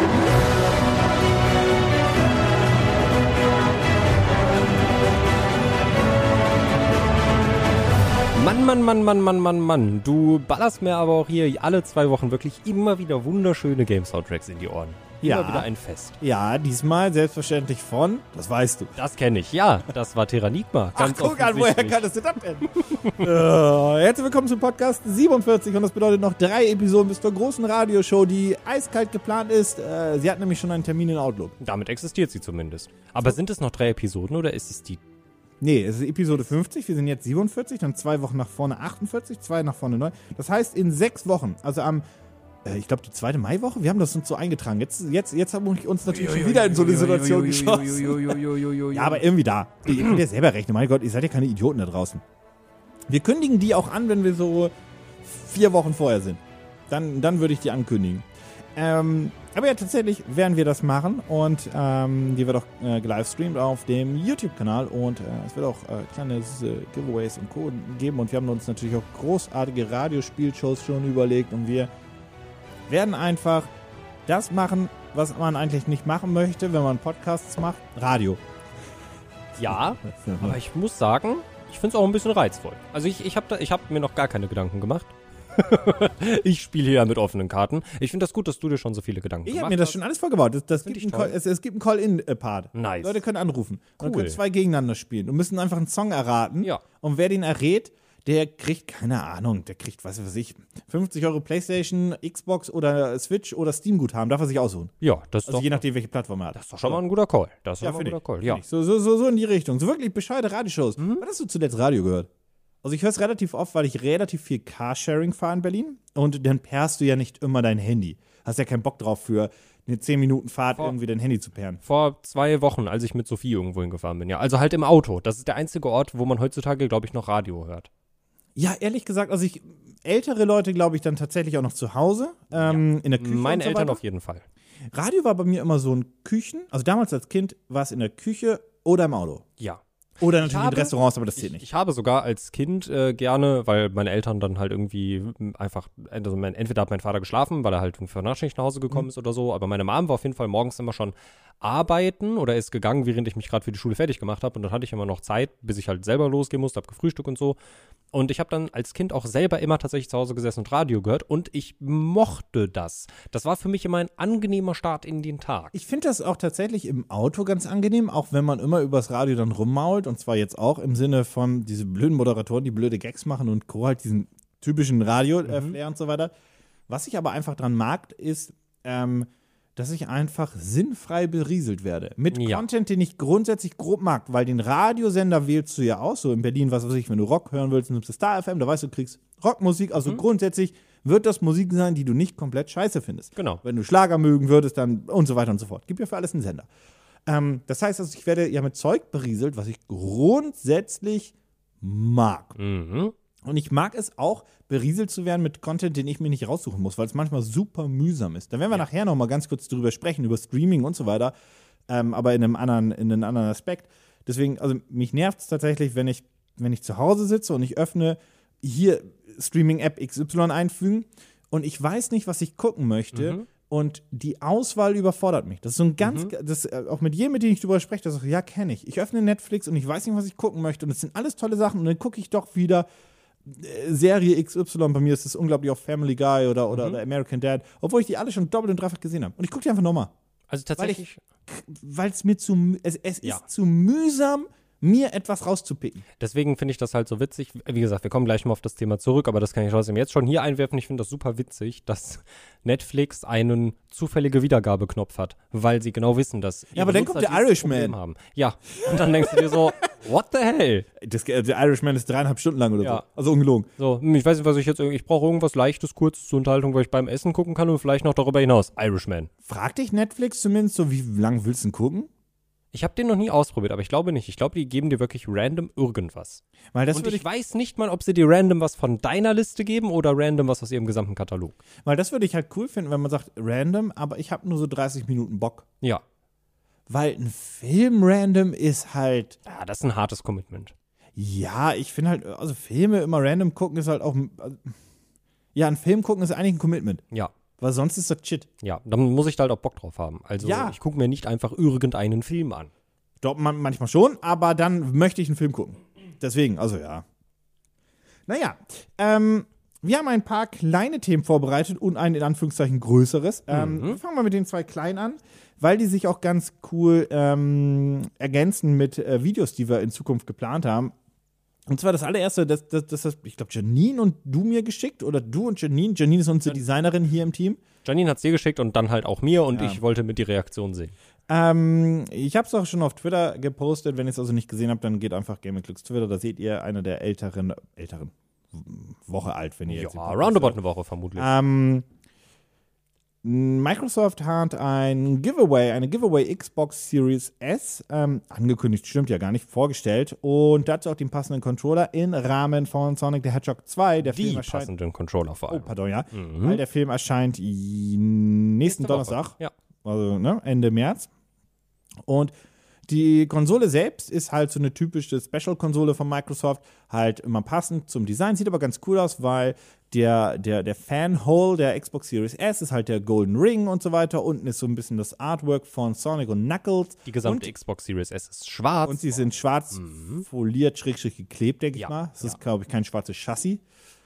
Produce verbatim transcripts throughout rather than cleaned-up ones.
Mann, Mann, Mann, Mann, Mann, Mann, Mann. Du ballerst mir aber auch hier alle zwei Wochen wirklich immer wieder wunderschöne Game-Soundtracks in die Ohren. Ja. Immer wieder ein Fest. Ja, diesmal selbstverständlich von, das weißt du. Das kenne ich, ja. Das war Terranigma. Ach, guck an, woher kanntest du das denn? uh, herzlich willkommen zum Podcast siebenundvierzig und das bedeutet noch drei Episoden bis zur großen Radioshow, die eiskalt geplant ist. Uh, sie hat nämlich schon einen Termin in Outlook. Damit existiert sie zumindest. Aber sind es noch drei Episoden oder ist es die... Nee, es ist Episode fünfzig, wir sind jetzt siebenundvierzig, dann zwei Wochen nach vorne achtundvierzig, zwei nach vorne neun. Das heißt, in sechs Wochen, also am, äh, ich glaube die zweite Maiwoche, wir haben das uns so eingetragen. Jetzt, jetzt, jetzt haben wir uns natürlich schon wieder in so eine Situation geschossen. Ja, aber irgendwie da. Ihr könnt ja selber rechnen, mein Gott, ihr seid ja keine Idioten da draußen. Wir kündigen die auch an, wenn wir so vier Wochen vorher sind. Dann, dann würde ich die ankündigen. Ähm, aber ja, tatsächlich werden wir das machen und ähm, die wird auch äh, gelivestreamt auf dem YouTube-Kanal und äh, es wird auch äh, kleine äh, Giveaways und Co. geben und wir haben uns natürlich auch großartige Radiospielshows schon überlegt und wir werden einfach das machen, was man eigentlich nicht machen möchte, wenn man Podcasts macht, Radio. Ja, aber ich muss sagen, ich finde es auch ein bisschen reizvoll. Also ich, ich habe hab mir noch gar keine Gedanken gemacht. Ich spiele hier ja mit offenen Karten. Ich finde das gut, dass du dir schon so viele Gedanken ich gemacht hast. Ich habe mir das schon alles vorgebaut. Das, das gibt ich ein Call, es, es gibt einen Call-In-Part. Nice. Leute können anrufen. Cool. Und können zwei gegeneinander spielen und müssen einfach einen Song erraten. Ja. Und wer den errät, der kriegt, keine Ahnung, der kriegt, was weiß ich, fünfzig Euro Playstation, Xbox oder Switch oder Steam-Guthaben. Darf er sich aussuchen. Ja, das ist Also doch, je nachdem, welche Plattform er hat. das ist doch schon mal ein guter Call. Das ist Ja, schon mal ein finde guter ich. Call. Ja. So, so, so, so in die Richtung. So wirklich bescheuerte Radioshows. Mhm. Wann hast du zuletzt Radio gehört? Also ich höre es relativ oft, weil ich relativ viel Carsharing fahre in Berlin und dann pairst du ja nicht immer dein Handy. Hast ja keinen Bock drauf für eine zehn Minuten Fahrt Vor, irgendwie dein Handy zu pairen. Vor zwei Wochen, als ich mit Sophie irgendwo hingefahren bin, ja. Also halt im Auto. Das ist der einzige Ort, wo man heutzutage, glaube ich, noch Radio hört. Ja, ehrlich gesagt, also ich, ältere Leute, glaube ich, dann tatsächlich auch noch zu Hause, ähm, ja. in der Küche. Meine und so Eltern weiter. auf jeden Fall. Radio war bei mir immer so ein Küchen, also damals als Kind war es in der Küche oder im Auto. Ja. Oder natürlich habe, in Restaurants, aber das zählt ich, nicht. Ich habe sogar als Kind äh, gerne, weil meine Eltern dann halt irgendwie einfach, also mein, entweder hat mein Vater geschlafen, weil er halt für Nachtschicht nach Hause gekommen mhm. ist oder so, aber meine Mom war auf jeden Fall morgens immer schon arbeiten oder ist gegangen, während ich mich gerade für die Schule fertig gemacht habe und dann hatte ich immer noch Zeit, bis ich halt selber losgehen musste, habe gefrühstückt und so. Und ich habe dann als Kind auch selber immer tatsächlich zu Hause gesessen und Radio gehört und ich mochte das. Das war für mich immer ein angenehmer Start in den Tag. Ich finde das auch tatsächlich im Auto ganz angenehm, auch wenn man immer übers Radio dann rummault und zwar jetzt auch im Sinne von diese blöden Moderatoren, die blöde Gags machen und Co. halt diesen typischen Radio-Flair mhm. und so weiter. Was ich aber einfach dran mag, ist, ähm, dass ich einfach sinnfrei berieselt werde. Mit ja. Content, den ich grundsätzlich grob mag, weil den Radiosender wählst du ja aus, so in Berlin, was weiß ich, wenn du Rock hören willst, nimmst du Star F M, da weißt du, du kriegst Rockmusik, also mhm. grundsätzlich wird das Musik sein, die du nicht komplett scheiße findest. Genau. Wenn du Schlager mögen würdest, dann und so weiter und so fort. Gibt ja für alles einen Sender. Ähm, das heißt, also ich werde ja mit Zeug berieselt, was ich grundsätzlich mag. Mhm. Und ich mag es auch, berieselt zu werden mit Content, den ich mir nicht raussuchen muss, weil es manchmal super mühsam ist. Da werden wir ja. nachher noch mal ganz kurz drüber sprechen, über Streaming und so weiter, ähm, aber in einem anderen, in einem anderen Aspekt. Deswegen, also mich nervt es tatsächlich, wenn ich, wenn ich zu Hause sitze und ich öffne, hier Streaming-App X Y einfügen und ich weiß nicht, was ich gucken möchte. Mhm. Und die Auswahl überfordert mich. Das ist so ein ganz, mhm. das auch mit jedem, mit dem ich drüber spreche, das ist so, ja, kenne ich. Ich öffne Netflix und ich weiß nicht, was ich gucken möchte. Und es sind alles tolle Sachen. Und dann gucke ich doch wieder äh, Serie X Y. Bei mir ist es unglaublich auf Family Guy oder, oder, mhm. oder American Dad. Obwohl ich die alle schon doppelt und dreifach gesehen habe. Und ich gucke die einfach nochmal. Also tatsächlich. Weil es mir zu, es, es ja. ist zu mühsam, mir etwas rauszupicken. Deswegen finde ich das halt so witzig. Wie gesagt, wir kommen gleich mal auf das Thema zurück, aber das kann ich trotzdem jetzt schon hier einwerfen. Ich finde das super witzig, dass Netflix einen zufällige Wiedergabeknopf hat, weil sie genau wissen, dass ja, aber dann kommt der Irishman. Haben. Ja, und dann denkst du dir so, what the hell? Das, der Irishman ist dreieinhalb Stunden lang oder ja. so. Also ungelogen. So, ich weiß nicht, was ich jetzt, ich brauche irgendwas Leichtes, Kurzes zur Unterhaltung, weil ich beim Essen gucken kann und vielleicht noch darüber hinaus. Irishman. Frag dich Netflix zumindest so, wie lange willst du denn gucken? Ich habe den noch nie ausprobiert, aber ich glaube nicht. Ich glaube, die geben dir wirklich random irgendwas. Weil das Und ich, ich weiß nicht mal, ob sie dir random was von deiner Liste geben oder random was aus ihrem gesamten Katalog. Weil das würde ich halt cool finden, wenn man sagt random, aber ich habe nur so dreißig Minuten Bock. Ja. Weil ein Film random ist halt... Ja, das ist ein hartes Commitment. Ja, ich finde halt, also Filme immer random gucken ist halt auch... Ja, ein Film gucken ist eigentlich ein Commitment. Ja. Weil sonst ist das Shit. Ja, dann muss ich da halt auch Bock drauf haben. Also Ja. ich gucke mir nicht einfach irgendeinen Film an. Doch, man, manchmal schon, aber dann möchte ich einen Film gucken. Deswegen, also ja. Naja, ähm, wir haben ein paar kleine Themen vorbereitet und ein in Anführungszeichen größeres. Ähm, Mhm. Fangen wir mit den zwei kleinen an, weil die sich auch ganz cool ähm, ergänzen mit äh, Videos, die wir in Zukunft geplant haben. Und zwar das allererste, das, das, das, das ich glaube, Janine und du mir geschickt oder du und Janine. Janine ist unsere Designerin hier im Team. Janine hat es dir geschickt und dann halt auch mir und Ja. ich wollte mit die Reaktion sehen. Ähm, ich habe es auch schon auf Twitter gepostet. Wenn ihr es also nicht gesehen habt, dann geht einfach Gaming Glücks Twitter. Da seht ihr eine der älteren, älteren Woche alt, wenn ihr Ja, jetzt den Podcast roundabout hört. eine Woche vermutlich. Ähm, Microsoft hat ein Giveaway, eine Giveaway Xbox Series S ähm, angekündigt, stimmt ja gar nicht, vorgestellt und dazu auch den passenden Controller im Rahmen von Sonic the Hedgehog zwei. Der die Film erscheint. passenden Controller vor Oh, allem. pardon, ja. Mhm. Weil der Film erscheint i- nächsten Nächste Woche. Donnerstag, Ja. also ne, Ende März. Und die Konsole selbst ist halt so eine typische Special-Konsole von Microsoft, halt immer passend zum Design, sieht aber ganz cool aus, weil der, der, der Fan-Hole der Xbox Series S ist halt der Golden Ring und so weiter. Unten ist so ein bisschen das Artwork von Sonic und Knuckles. Die gesamte und, Xbox Series S ist schwarz. und sie sind schwarz foliert, schrägstrich geklebt, denke Ja, ich mal. Das ist, ja. glaube ich, kein schwarzes Chassis.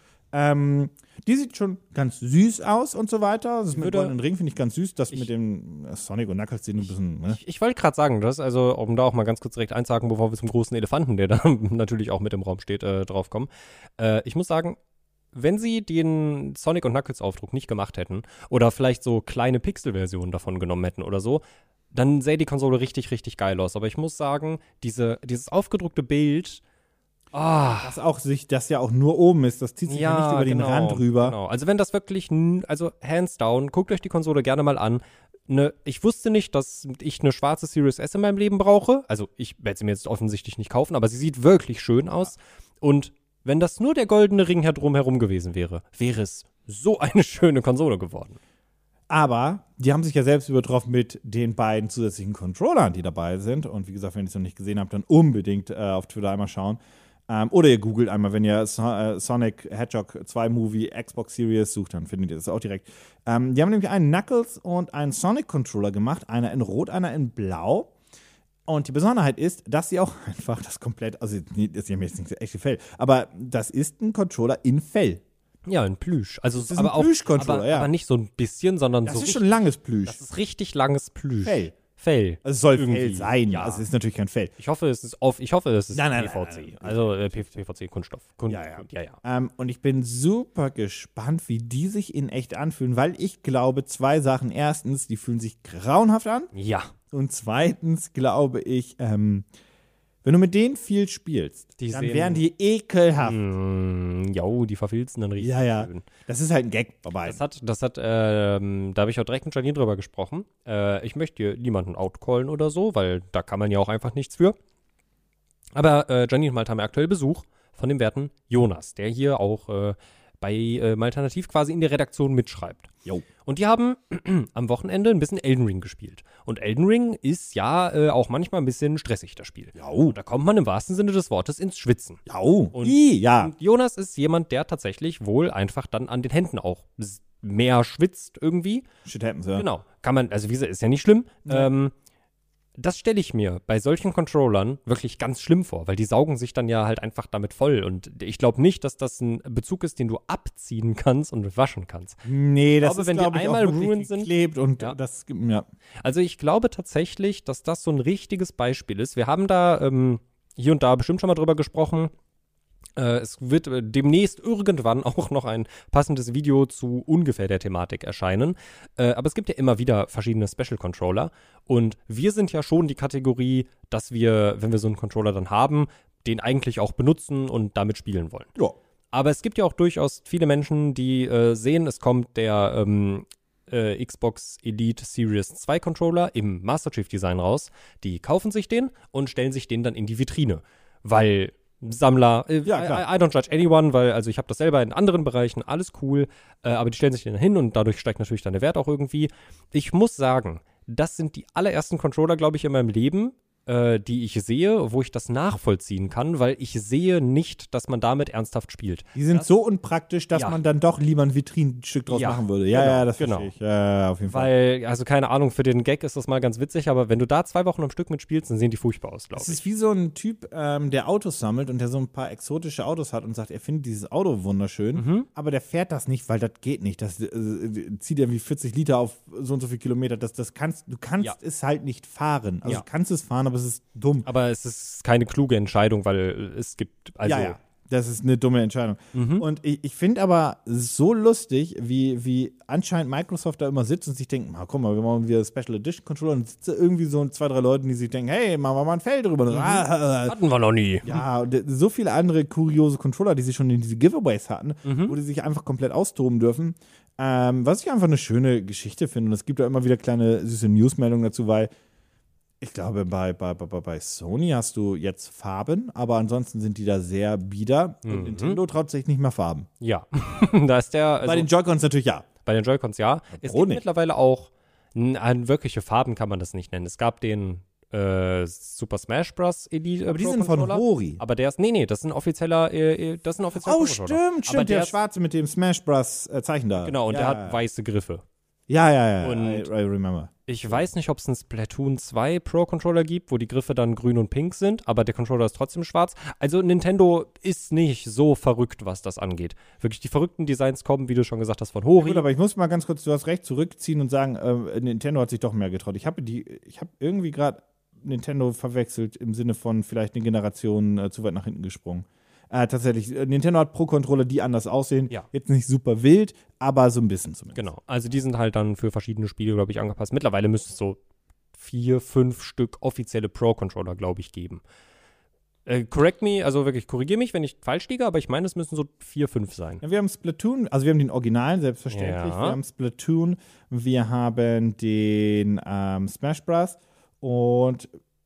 Ähm, die sieht schon ganz süß aus und so weiter. Das mit dem würde- goldenen Ring finde ich ganz süß. Das Ich- mit dem äh, Sonic und Knuckles sehen ein bisschen, ne? Ich, ich wollte gerade sagen, das, also um da auch mal ganz kurz direkt einzuhaken, bevor wir zum großen Elefanten, der da natürlich auch mit im Raum steht, äh, drauf kommen. Äh, ich muss sagen, wenn sie den Sonic und Knuckles Aufdruck nicht gemacht hätten oder vielleicht so kleine Pixel-Versionen davon genommen hätten oder so, dann sähe die Konsole richtig, richtig geil aus. Aber ich muss sagen, diese, dieses aufgedruckte Bild, ah, Das auch sich, das ja auch nur oben ist, das zieht sich ja, nicht über den Rand rüber. Genau. Also wenn das wirklich, n- also hands down, guckt euch die Konsole gerne mal an. Ne, ich wusste nicht, dass ich eine schwarze Series S in meinem Leben brauche. Also ich werde sie mir jetzt offensichtlich nicht kaufen, aber sie sieht wirklich schön aus. Und wenn das nur der goldene Ring hier drumherum gewesen wäre, wäre es so eine schöne Konsole geworden. Aber die haben sich ja selbst übertroffen mit den beiden zusätzlichen Controllern, die dabei sind. Und wie gesagt, wenn ihr es noch nicht gesehen habt, dann unbedingt äh, auf Twitter einmal schauen. Ähm, oder ihr googelt einmal, wenn ihr so äh, Sonic Hedgehog zwei Movie Xbox Series sucht, dann findet ihr das auch direkt. Ähm, die haben nämlich einen Knuckles und einen Sonic Controller gemacht, einer in Rot, einer in Blau. Und die Besonderheit ist, dass sie auch einfach das komplett, also nee, das ist ja jetzt nicht echte Fell, aber das ist ein Controller in Fell. Ja, ein Plüsch. Also ist aber ein auch, Plüsch-Controller, aber, ja. aber nicht so ein bisschen, sondern Das so ist richtig, schon langes Plüsch. das ist richtig langes Plüsch. Fell. Fell. Also es soll Irgendwie. Fell sein, Ja. also es ist natürlich kein Fell. Ich hoffe, es ist auf, ich hoffe, es ist Nein, nein, P V C. nein, nein, nein. Also äh, P V C Kunststoff. Kun Ja, ja. ja, ja. Ähm, und ich bin super gespannt, wie die sich in echt anfühlen, weil ich glaube, zwei Sachen. Erstens, die fühlen sich grauenhaft an. Ja. Und zweitens glaube ich, ähm, wenn du mit denen viel spielst, Die dann sehen- wären die ekelhaft. Mm, jo, die verfilzen dann richtig Ja, ja. schön. Das ist halt ein Gag dabei. Das hat, das hat, ähm, da habe ich auch direkt mit Janine drüber gesprochen. Äh, ich möchte hier niemanden outcallen oder so, weil da kann man ja auch einfach nichts für. Aber äh, Janine und Malte haben ja aktuell Besuch von dem werten Jonas, der hier auch äh, bei äh, Malternativ quasi in der Redaktion mitschreibt. Jo. Und die haben am Wochenende ein bisschen Elden Ring gespielt. Und Elden Ring ist ja äh, auch manchmal ein bisschen stressig, das Spiel. Ja. Und da kommt man im wahrsten Sinne des Wortes ins Schwitzen. Ja. Und, Und- ja. Und Jonas ist jemand, der tatsächlich wohl einfach dann an den Händen auch s- mehr schwitzt irgendwie. Shit happens, ja. Genau. Kann man, also wie gesagt, ist ja nicht schlimm. Ähm, das stelle ich mir bei solchen Controllern wirklich ganz schlimm vor, weil die saugen sich dann ja halt einfach damit voll. Und ich glaube nicht, dass das ein Bezug ist, den du abziehen kannst und waschen kannst. Nee, das glaube, ist, wenn die glaube ich, einmal auch wirklich ruined sind- geklebt und Ja. das, ja. Also ich glaube tatsächlich, dass das so ein richtiges Beispiel ist. Wir haben da ähm, hier und da bestimmt schon mal drüber gesprochen. Äh, es wird äh, demnächst irgendwann auch noch ein passendes Video zu ungefähr der Thematik erscheinen. Äh, aber es gibt ja immer wieder verschiedene Special Controller. Und wir sind ja schon die Kategorie, dass wir, wenn wir so einen Controller dann haben, den eigentlich auch benutzen und damit spielen wollen. Ja. Aber es gibt ja auch durchaus viele Menschen, die äh, sehen, es kommt der ähm, äh, Xbox Elite Series zwei Controller im Master Chief Design raus. Die kaufen sich den und stellen sich den dann in die Vitrine. Weil Sammler, äh, Ja, klar. I, I don't judge anyone, weil also ich habe das selber in anderen Bereichen, alles cool, äh, aber die stellen sich den hin und dadurch steigt natürlich dann der Wert auch irgendwie. Ich muss sagen, das sind die allerersten Controller, glaube ich, in meinem Leben, äh, die ich sehe, wo ich das nachvollziehen kann, weil ich sehe nicht, dass man damit ernsthaft spielt. Die sind das, so unpraktisch, dass ja. man dann doch lieber ein Vitrinenstück draus Ja, machen würde. Ja, genau, ja, das genau. verstehe ich. Ja, ja, auf jeden Fall. Weil, also keine Ahnung, für den Gag ist das mal ganz witzig, aber wenn du da zwei Wochen am Stück mitspielst, dann sehen die furchtbar aus, glaube Es ich. ist wie so ein Typ, ähm, der Autos sammelt und der so ein paar exotische Autos hat und sagt, er findet dieses Auto wunderschön, Mhm. aber der fährt das nicht, weil das geht nicht. Das äh, zieht irgendwie vierzig Liter auf so und so viel Kilometer. Das, das kannst, du kannst Ja. es halt nicht fahren. Also Ja. du kannst es fahren, aber es ist dumm. Aber es ist keine kluge Entscheidung, weil es gibt, also ja, ja. Das ist eine dumme Entscheidung. Mhm. Und ich, ich finde aber so lustig, wie, wie anscheinend Microsoft da immer sitzt und sich denkt, na guck mal, wir machen wieder Special Edition Controller und sitzen irgendwie so zwei, drei Leute, die sich denken, hey, machen wir mal ein Feld drüber. Mhm. hatten wir noch nie. Ja, und so viele andere kuriose Controller, die sie schon in diese Giveaways hatten, Mhm. wo die sich einfach komplett austoben dürfen. Ähm, was ich einfach eine schöne Geschichte finde. Und es gibt da immer wieder kleine süße Newsmeldungen dazu, weil ich glaube, bei, bei, bei, bei Sony hast du jetzt Farben, aber ansonsten sind die da sehr bieder. Und Mhm. Nintendo traut sich nicht mehr Farben. Ja, da ist der, also bei den Joy-Cons natürlich ja. bei den Joy-Cons ja. Es Pro gibt nicht. mittlerweile auch, n- an wirkliche Farben kann man das nicht nennen. Es gab den äh, Super Smash Bros. Elite Aber die Pro sind von Controller. Hori. Aber der ist, nee, nee, das ist ein offizieller, äh, äh, das ist ein offizieller Oh, Pro Controller. stimmt, Aber stimmt. der Der ist, schwarze mit dem Smash Bros. äh, Zeichen da. genau, und ja, der ja, hat weiße Griffe. Ja, ja, ja. Und- I, I remember. Ich weiß nicht, ob es einen Splatoon zwei Pro-Controller gibt, wo die Griffe dann grün und pink sind, aber der Controller ist trotzdem schwarz. Also Nintendo ist nicht so verrückt, was das angeht. Wirklich, die verrückten Designs kommen, wie du schon gesagt hast, von Hori. Gut, aber ich muss mal ganz kurz, du hast recht, zurückziehen und sagen, äh, Nintendo hat sich doch mehr getraut. Ich habe die, ich habe irgendwie gerade Nintendo verwechselt im Sinne von vielleicht eine Generation äh, zu weit nach hinten gesprungen. Äh, tatsächlich, äh, Nintendo hat Pro-Controller, die anders aussehen. Ja. Jetzt nicht super wild, aber so ein bisschen zumindest. Genau, also die sind halt dann für verschiedene Spiele, glaube ich, angepasst. Mittlerweile müsste es so vier, fünf Stück offizielle Pro-Controller, glaube ich, geben. Äh, correct me, also wirklich, korrigiere mich, wenn ich falsch liege, aber ich meine, es müssen so vier, fünf sein. Ja, wir haben Splatoon, also wir haben den Originalen, selbstverständlich. Ja. Wir haben Splatoon, wir haben den ähm, Smash Bros. Und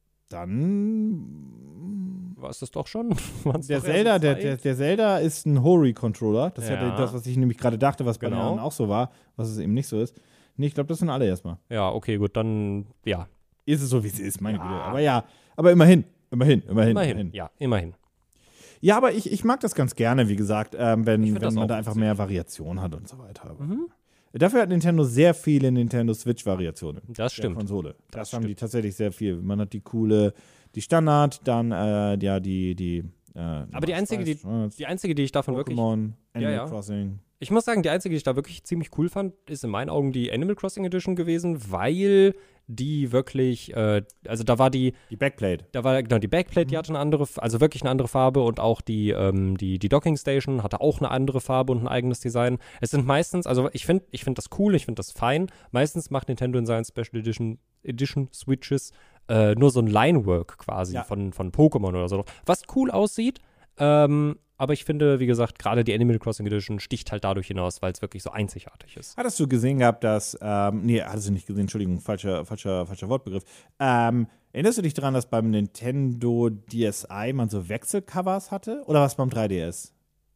dann War es das doch schon? Waren's der doch eher Zelda, so der, zwei? der, der Zelda ist ein Hori-Controller. Das ist ja Ja. das, was ich nämlich gerade dachte, was bei den Genau. anderen auch so war, was es eben nicht so ist. Nee, ich glaube, das sind alle erstmal. Ja, okay, gut, dann, ja. Ist es so, wie es ist, meine Ja. Güte. Aber ja, aber immerhin, immerhin, immerhin. Immerhin, ja, immerhin. Ja, aber ich, ich mag das ganz gerne, wie gesagt, ähm, wenn, find wenn das man auch da einfach witzig. mehr Variation hat und so weiter. Mhm. Dafür hat Nintendo sehr viele Nintendo Switch-Variationen. Das Der stimmt. Konsole. Das, Das haben stimmt. die tatsächlich sehr viel. Man hat die coole, die Standard, dann äh, ja die, die äh, Aber die einzige, die, die einzige, die ich davon wirklich, Pokémon, Animal Ja, ja. Crossing. ich muss sagen, die einzige, die ich da wirklich ziemlich cool fand, ist in meinen Augen die Animal Crossing Edition gewesen, weil die wirklich, äh, also da war die, Die Backplate. da war genau die Backplate, die hatte eine andere, also wirklich eine andere Farbe und auch die, ähm, die, die Docking Station hatte auch eine andere Farbe und ein eigenes Design. Es sind meistens, also ich finde ich find das cool, ich finde das fein. Meistens macht Nintendo in seinen Special Edition, Edition Switches äh, nur so ein Linework quasi Ja. von, von Pokémon oder so, was cool aussieht. Ähm, aber ich finde, wie gesagt, gerade die Animal Crossing Edition sticht halt dadurch hinaus, weil es wirklich so einzigartig ist. Hattest du gesehen gehabt, dass, ähm, nee, hattest du nicht gesehen, Entschuldigung, falscher, falscher, falscher Wortbegriff. Ähm, erinnerst du dich daran, dass beim Nintendo D S i man so Wechselcovers hatte? Oder was beim drei D S?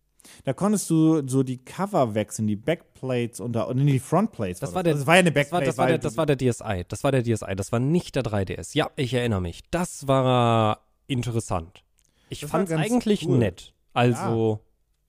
Da konntest du so die Cover wechseln, die Backplates und, da, und die Frontplates. Das war der- das war ja eine Das war, Backplate. das, war der, weil das war der D S i. Das war der D S i. Das war nicht der drei D S. Ja, ich erinnere mich. Das war interessant. Ich Das war fand es ganz eigentlich cool. nett. Also,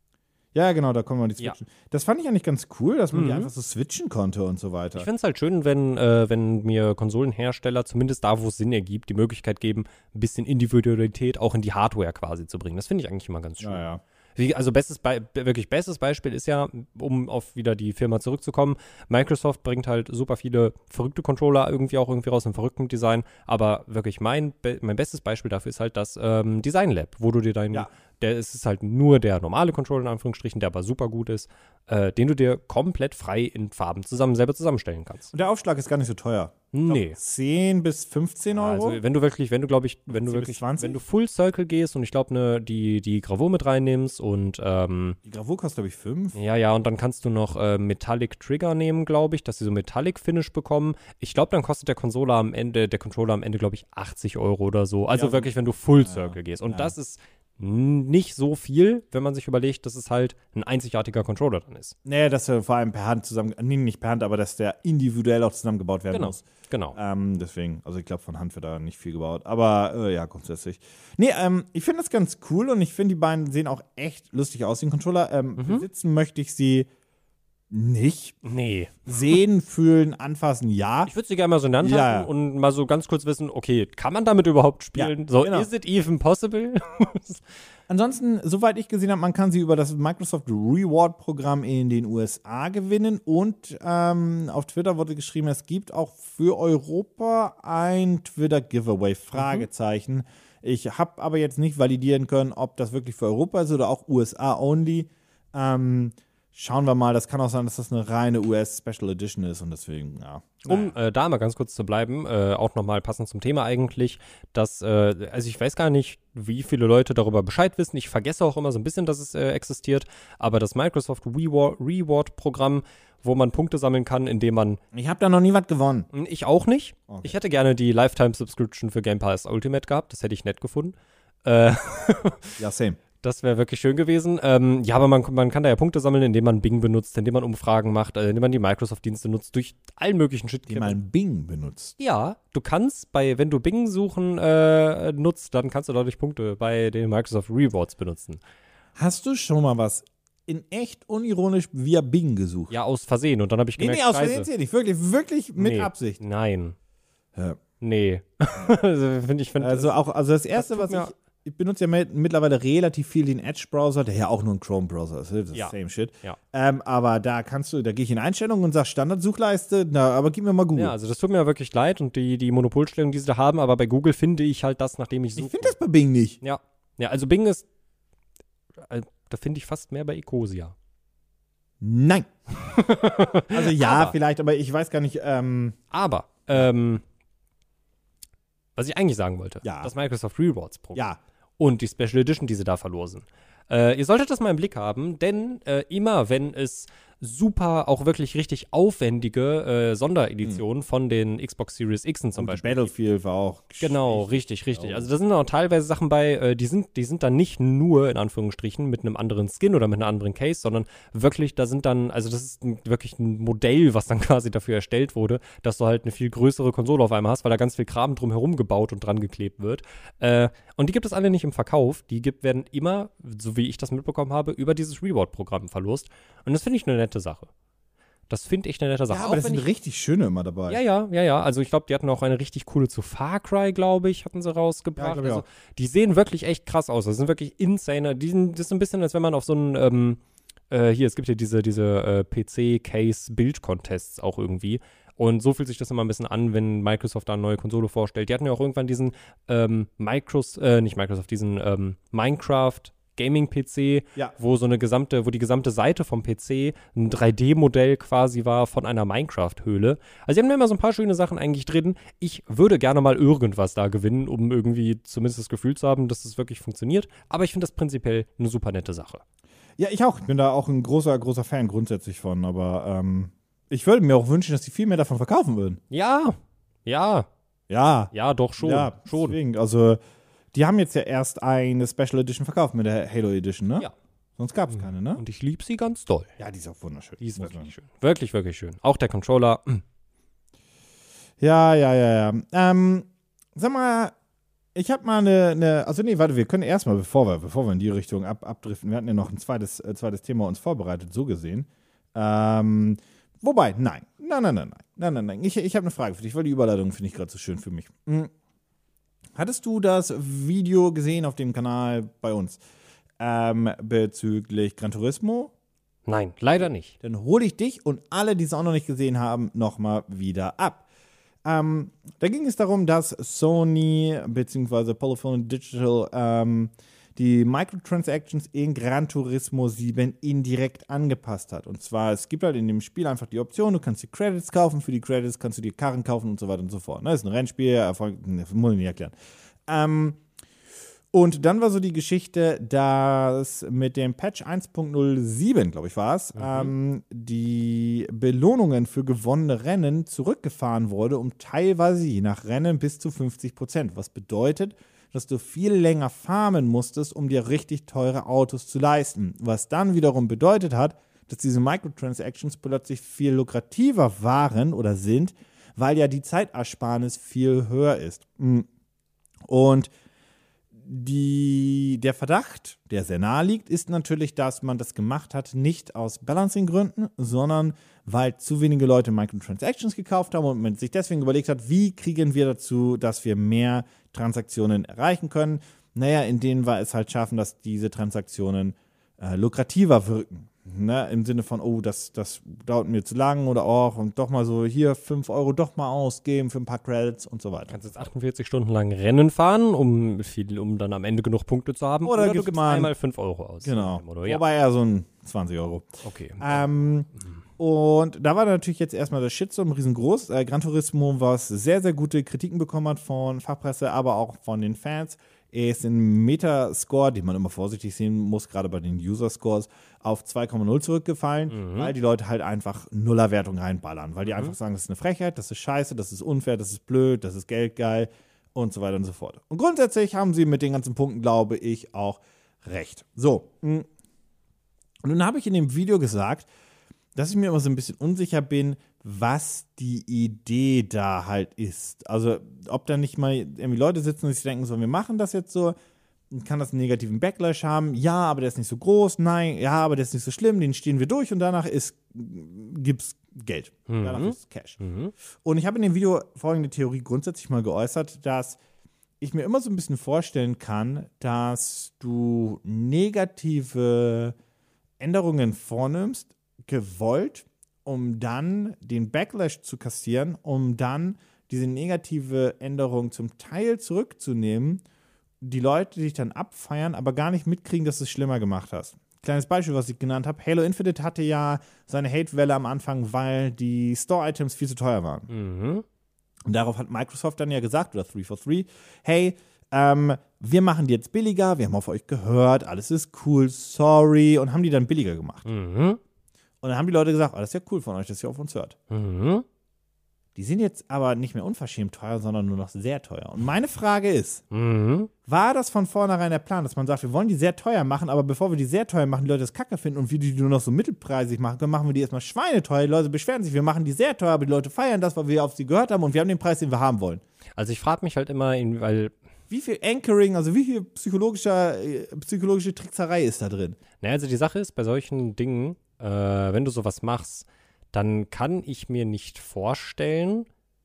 Ja, genau, da kommen wir die Ja. switchen. Das fand ich eigentlich ganz cool, dass man die Mhm. einfach so switchen konnte und so weiter. ich finde es halt schön, wenn, äh, wenn mir Konsolenhersteller, zumindest da, wo es Sinn ergibt, die Möglichkeit geben, ein bisschen Individualität auch in die Hardware quasi zu bringen. Das finde ich eigentlich immer ganz schön. ja, ja. Wie, also bestes Be wirklich bestes Beispiel ist ja, um auf wieder die Firma zurückzukommen, Microsoft bringt halt super viele verrückte Controller irgendwie auch irgendwie raus, im verrückten Design, aber wirklich mein, be mein bestes Beispiel dafür ist halt das ähm, Design Lab, wo du dir deinen, Ja. der es ist halt nur der normale Controller in Anführungsstrichen, der aber super gut ist, äh, den du dir komplett frei in Farben zusammen selber zusammenstellen kannst. Und der Aufschlag ist gar nicht so teuer. Ich glaub, Nee. zehn bis fünfzehn Euro. Also wenn du wirklich, wenn du glaube ich, wenn du zehn bis wirklich, zwanzig? wenn du Full Circle gehst und ich glaube ne, die, die Gravur mit reinnimmst und ähm, die Gravur kostet, glaube ich, fünf. ja, ja, und dann kannst du noch äh, Metallic Trigger nehmen, glaube ich, dass sie so Metallic Finish bekommen. Ich glaube, dann kostet der Controller am Ende, der Controller am Ende, glaube ich, achtzig Euro oder so. Also Ja, so- wirklich, wenn du Full Circle gehst. Und ja. das ist nicht so viel, wenn man sich überlegt, dass es halt ein einzigartiger Controller dann ist. Nee, dass er vor allem per Hand zusammen, nee, nicht per Hand, aber dass der individuell auch zusammengebaut werden Genau, muss. genau. Ähm, deswegen, also ich glaube, von Hand wird da nicht viel gebaut. Aber äh, ja, grundsätzlich. Nee, ähm, ich finde das ganz cool und ich finde, die beiden sehen auch echt lustig aus, den Controller. Ähm, Mhm. Besitzen möchte ich sie nicht. Nee. Sehen, fühlen, anfassen, ja. Ich würde sie gerne mal so in der Hand Ja, halten ja. und mal so ganz kurz wissen, okay, kann man damit überhaupt spielen? Ja, so, genau. is it even possible? Ansonsten, soweit ich gesehen habe, man kann sie über das Microsoft Reward-Programm in den U S A gewinnen und ähm, auf Twitter wurde geschrieben, es gibt auch für Europa ein Twitter-Giveaway, Fragezeichen. Ich habe aber jetzt nicht validieren können, ob das wirklich für Europa ist oder auch U S A-only. Ähm, schauen wir mal, das kann auch sein, dass das eine reine U S-Special Edition ist und deswegen, ja. Um äh, da mal ganz kurz zu bleiben, äh, auch nochmal passend zum Thema eigentlich, dass, äh, also ich weiß gar nicht, wie viele Leute darüber Bescheid wissen. Ich vergesse auch immer so ein bisschen, dass es äh, existiert, aber das Microsoft Reward-Programm, wo man Punkte sammeln kann, indem man Ich habe da noch nie was gewonnen. Ich auch nicht. Okay. Ich hätte gerne die Lifetime-Subscription für Game Pass Ultimate gehabt. Das hätte ich nett gefunden. Äh, Ja, same. das wäre wirklich schön gewesen. Ähm, ja, aber man, man kann da ja Punkte sammeln, indem man Bing benutzt, indem man Umfragen macht, äh, indem man die Microsoft-Dienste nutzt, durch allen möglichen Shit. Die mal ein Bing benutzt. Ja, du kannst bei, wenn du Bing suchen äh, nutzt, dann kannst du dadurch Punkte bei den Microsoft Rewards benutzen. Hast du schon mal was in echt unironisch via Bing gesucht? Ja, aus Versehen. Und dann habe ich Nee, gemerkt, nee, aus Scheiße. Versehen zählt nicht. Wirklich, wirklich mit Nee, Absicht. Nein. Ja. Nee. also, find ich, find, Also auch, also das erste, tut was mir- ich, ich benutze ja mit- mittlerweile relativ viel den Edge-Browser, der ja auch nur ein Chrome-Browser ist. Das ist Ja. same shit. Ja. Ähm, aber da kannst du, da gehe ich in Einstellungen und sag Standardsuchleiste, na, aber gib mir mal Google. Ja, also das tut mir wirklich leid und die, die Monopolstellung, die sie da haben, aber bei Google finde ich halt das, nachdem ich suche. ich finde das bei Bing nicht. Ja. Ja, also Bing ist, äh, da finde ich fast mehr bei Ecosia. Nein. Also ja, Aber- vielleicht, aber ich weiß gar nicht, ähm, Aber, ähm, was ich eigentlich sagen wollte, Ja. das Microsoft Rewards Programm ja. und die Special Edition, die sie da verlosen. Äh, ihr solltet das mal im Blick haben, denn äh, immer wenn es super, auch wirklich richtig aufwendige äh, Sondereditionen von den Xbox Series X zum Zum Beispiel Battlefield war auch. Genau, richtig, richtig. Also da sind auch teilweise Sachen bei, äh, die sind, die sind dann nicht nur in Anführungsstrichen mit einem anderen Skin oder mit einer anderen Case, sondern wirklich, da sind dann, also das ist ein, wirklich ein Modell, was dann quasi dafür erstellt wurde, dass du halt eine viel größere Konsole auf einmal hast, weil da ganz viel Kram drumherum gebaut und dran geklebt wird. Äh, und die gibt es alle nicht im Verkauf. Die gibt, werden immer, so wie ich das mitbekommen habe, über dieses Reward-Programm verlost. Und das finde ich eine nette Sache. Das finde ich eine nette Sache. Ja, Auch aber das wenn sind ich- richtig schöne immer dabei. ja, ja, ja, ja. Also ich glaube, die hatten auch eine richtig coole zu Far Cry, glaube ich, hatten sie rausgebracht. Ja, glaub ich also, auch. die sehen wirklich echt krass aus. Das sind wirklich insane. Die sind, das ist so ein bisschen, als wenn man auf so einen, ähm, äh, hier, es gibt ja diese, diese äh, P C-Case-Build-Contests auch irgendwie. Und so fühlt sich das immer ein bisschen an, wenn Microsoft da eine neue Konsole vorstellt. Die hatten ja auch irgendwann diesen ähm, Micros, äh, nicht Microsoft, diesen ähm, Minecraft Gaming-P C, Ja. wo so eine gesamte, wo die gesamte Seite vom P C ein drei D-Modell quasi war von einer Minecraft-Höhle. Also sie haben da immer so ein paar schöne Sachen eigentlich drin. Ich würde gerne mal irgendwas da gewinnen, um irgendwie zumindest das Gefühl zu haben, dass es das wirklich funktioniert. Aber ich finde das prinzipiell eine super nette Sache. Ja, ich auch. Ich bin da auch ein großer, großer Fan grundsätzlich von. Aber ähm, ich würde mir auch wünschen, dass die viel mehr davon verkaufen würden. Ja, ja, Ja. ja, doch schon. ja, schon. Deswegen, also, die haben jetzt ja erst eine Special Edition verkauft mit der Halo Edition, ne? Ja. Sonst gab es keine, ne? Und ich liebe sie ganz doll. Ja, die ist auch wunderschön. Die ist Muss wirklich schön. Wirklich, wirklich schön. Auch der Controller. mm. Ja, ja, ja, ja. Ähm, sag mal, ich habe mal eine, eine, also nee, warte, wir können erstmal, bevor wir, bevor wir in die Richtung ab, abdriften, wir hatten ja noch ein zweites, äh, zweites Thema uns vorbereitet, so gesehen. Ähm, wobei, nein, nein, nein, nein, nein, nein, nein, nein. Ich, ich habe eine Frage für dich, weil die Überleitung finde ich gerade so schön für mich. Hm. Hattest du das Video gesehen auf dem Kanal bei uns ähm, bezüglich Gran Turismo? Nein, leider nicht. Dann hole ich dich und alle, die es auch noch nicht gesehen haben, nochmal wieder ab. Ähm, da ging es darum, dass Sony bzw. Polyphony Digital ähm, die Microtransactions in Gran Turismo sieben indirekt angepasst hat. Und zwar, es gibt halt in dem Spiel einfach die Option, du kannst dir Credits kaufen, für die Credits kannst du dir Karren kaufen und so weiter und so fort. Das ist ein Rennspiel, Erfolg, ne, muss ich nicht erklären. Ähm, und dann war so die Geschichte, dass mit dem Patch eins Punkt null sieben, glaube ich, war es, mhm. ähm, die Belohnungen für gewonnene Rennen zurückgefahren wurde, um teilweise je nach Rennen bis zu fünfzig Prozent. Was bedeutet, dass du viel länger farmen musstest, um dir richtig teure Autos zu leisten. Was dann wiederum bedeutet hat, dass diese Microtransactions plötzlich viel lukrativer waren oder sind, weil ja die Zeitersparnis viel höher ist. Und die, der Verdacht, der sehr nahe liegt, ist natürlich, dass man das gemacht hat, nicht aus Balancing-Gründen, sondern weil zu wenige Leute Microtransactions gekauft haben und man sich deswegen überlegt hat, wie kriegen wir dazu, dass wir mehr Transaktionen erreichen können. Naja, in denen wir es halt schaffen, dass diese Transaktionen äh, lukrativer wirken. Ne, im Sinne von, oh, das, das dauert mir zu lang oder auch und doch mal so hier fünf Euro doch mal ausgeben für ein paar Credits und so weiter. Du kannst jetzt achtundvierzig Stunden lang Rennen fahren, um, viel, um dann am Ende genug Punkte zu haben. Oder, oder gibst du gibst mal einmal fünf Euro aus. Genau. Oder, ja. Wobei eher so ein zwanzig Euro. Okay. Ähm, mhm. Und da war natürlich jetzt erstmal das Shitstorm riesengroß. Äh, Gran Turismo, was sehr, sehr gute Kritiken bekommen hat von Fachpresse, aber auch von den Fans, ist in Metascore, den man immer vorsichtig sehen muss, gerade bei den User-Scores, auf zwei Komma null zurückgefallen, mhm. weil die Leute halt einfach Nullerwertung reinballern. Weil die mhm. einfach sagen, das ist eine Frechheit, das ist scheiße, das ist unfair, das ist blöd, das ist geldgeil und so weiter und so fort. Und grundsätzlich haben sie mit den ganzen Punkten, glaube ich, auch recht. So. Und nun habe ich in dem Video gesagt, dass ich mir immer so ein bisschen unsicher bin, was die Idee da halt ist. Also, ob da nicht mal irgendwie Leute sitzen und sich denken, so, wir machen das jetzt so, kann das einen negativen Backlash haben? Ja, aber der ist nicht so groß. Nein, ja, aber der ist nicht so schlimm, den stehen wir durch und danach ist, gibt's Geld. Mhm. Danach ist Cash. Mhm. Und ich habe in dem Video folgende Theorie grundsätzlich mal geäußert, dass ich mir immer so ein bisschen vorstellen kann, dass du negative Änderungen vornimmst, gewollt, um dann den Backlash zu kassieren, um dann diese negative Änderung zum Teil zurückzunehmen, die Leute dich dann abfeiern, aber gar nicht mitkriegen, dass du es schlimmer gemacht hast. Kleines Beispiel, was ich genannt habe. Halo Infinite hatte ja seine Hate-Welle am Anfang, weil die Store-Items viel zu teuer waren. Mhm. Und darauf hat Microsoft dann ja gesagt, oder drei vier drei, hey, ähm, wir machen die jetzt billiger, wir haben auf euch gehört, alles ist cool, sorry, und haben die dann billiger gemacht. Mhm. Und dann haben die Leute gesagt, oh, das ist ja cool von euch, dass ihr auf uns hört. Mhm. Die sind jetzt aber nicht mehr unverschämt teuer, sondern nur noch sehr teuer. Und meine Frage ist, mhm. war das von vornherein der Plan, dass man sagt, wir wollen die sehr teuer machen, aber bevor wir die sehr teuer machen, die Leute das Kacke finden und wir die nur noch so mittelpreisig machen können, machen wir die erstmal schweineteuer. Die Leute beschweren sich, wir machen die sehr teuer, aber die Leute feiern das, weil wir auf sie gehört haben und wir haben den Preis, den wir haben wollen. Also ich frage mich halt immer, in, weil wie viel Anchoring, also wie viel psychologischer, äh, psychologische Trickserei ist da drin? Naja, also die Sache ist, bei solchen Dingen, äh, wenn du sowas machst, dann kann ich mir nicht vorstellen,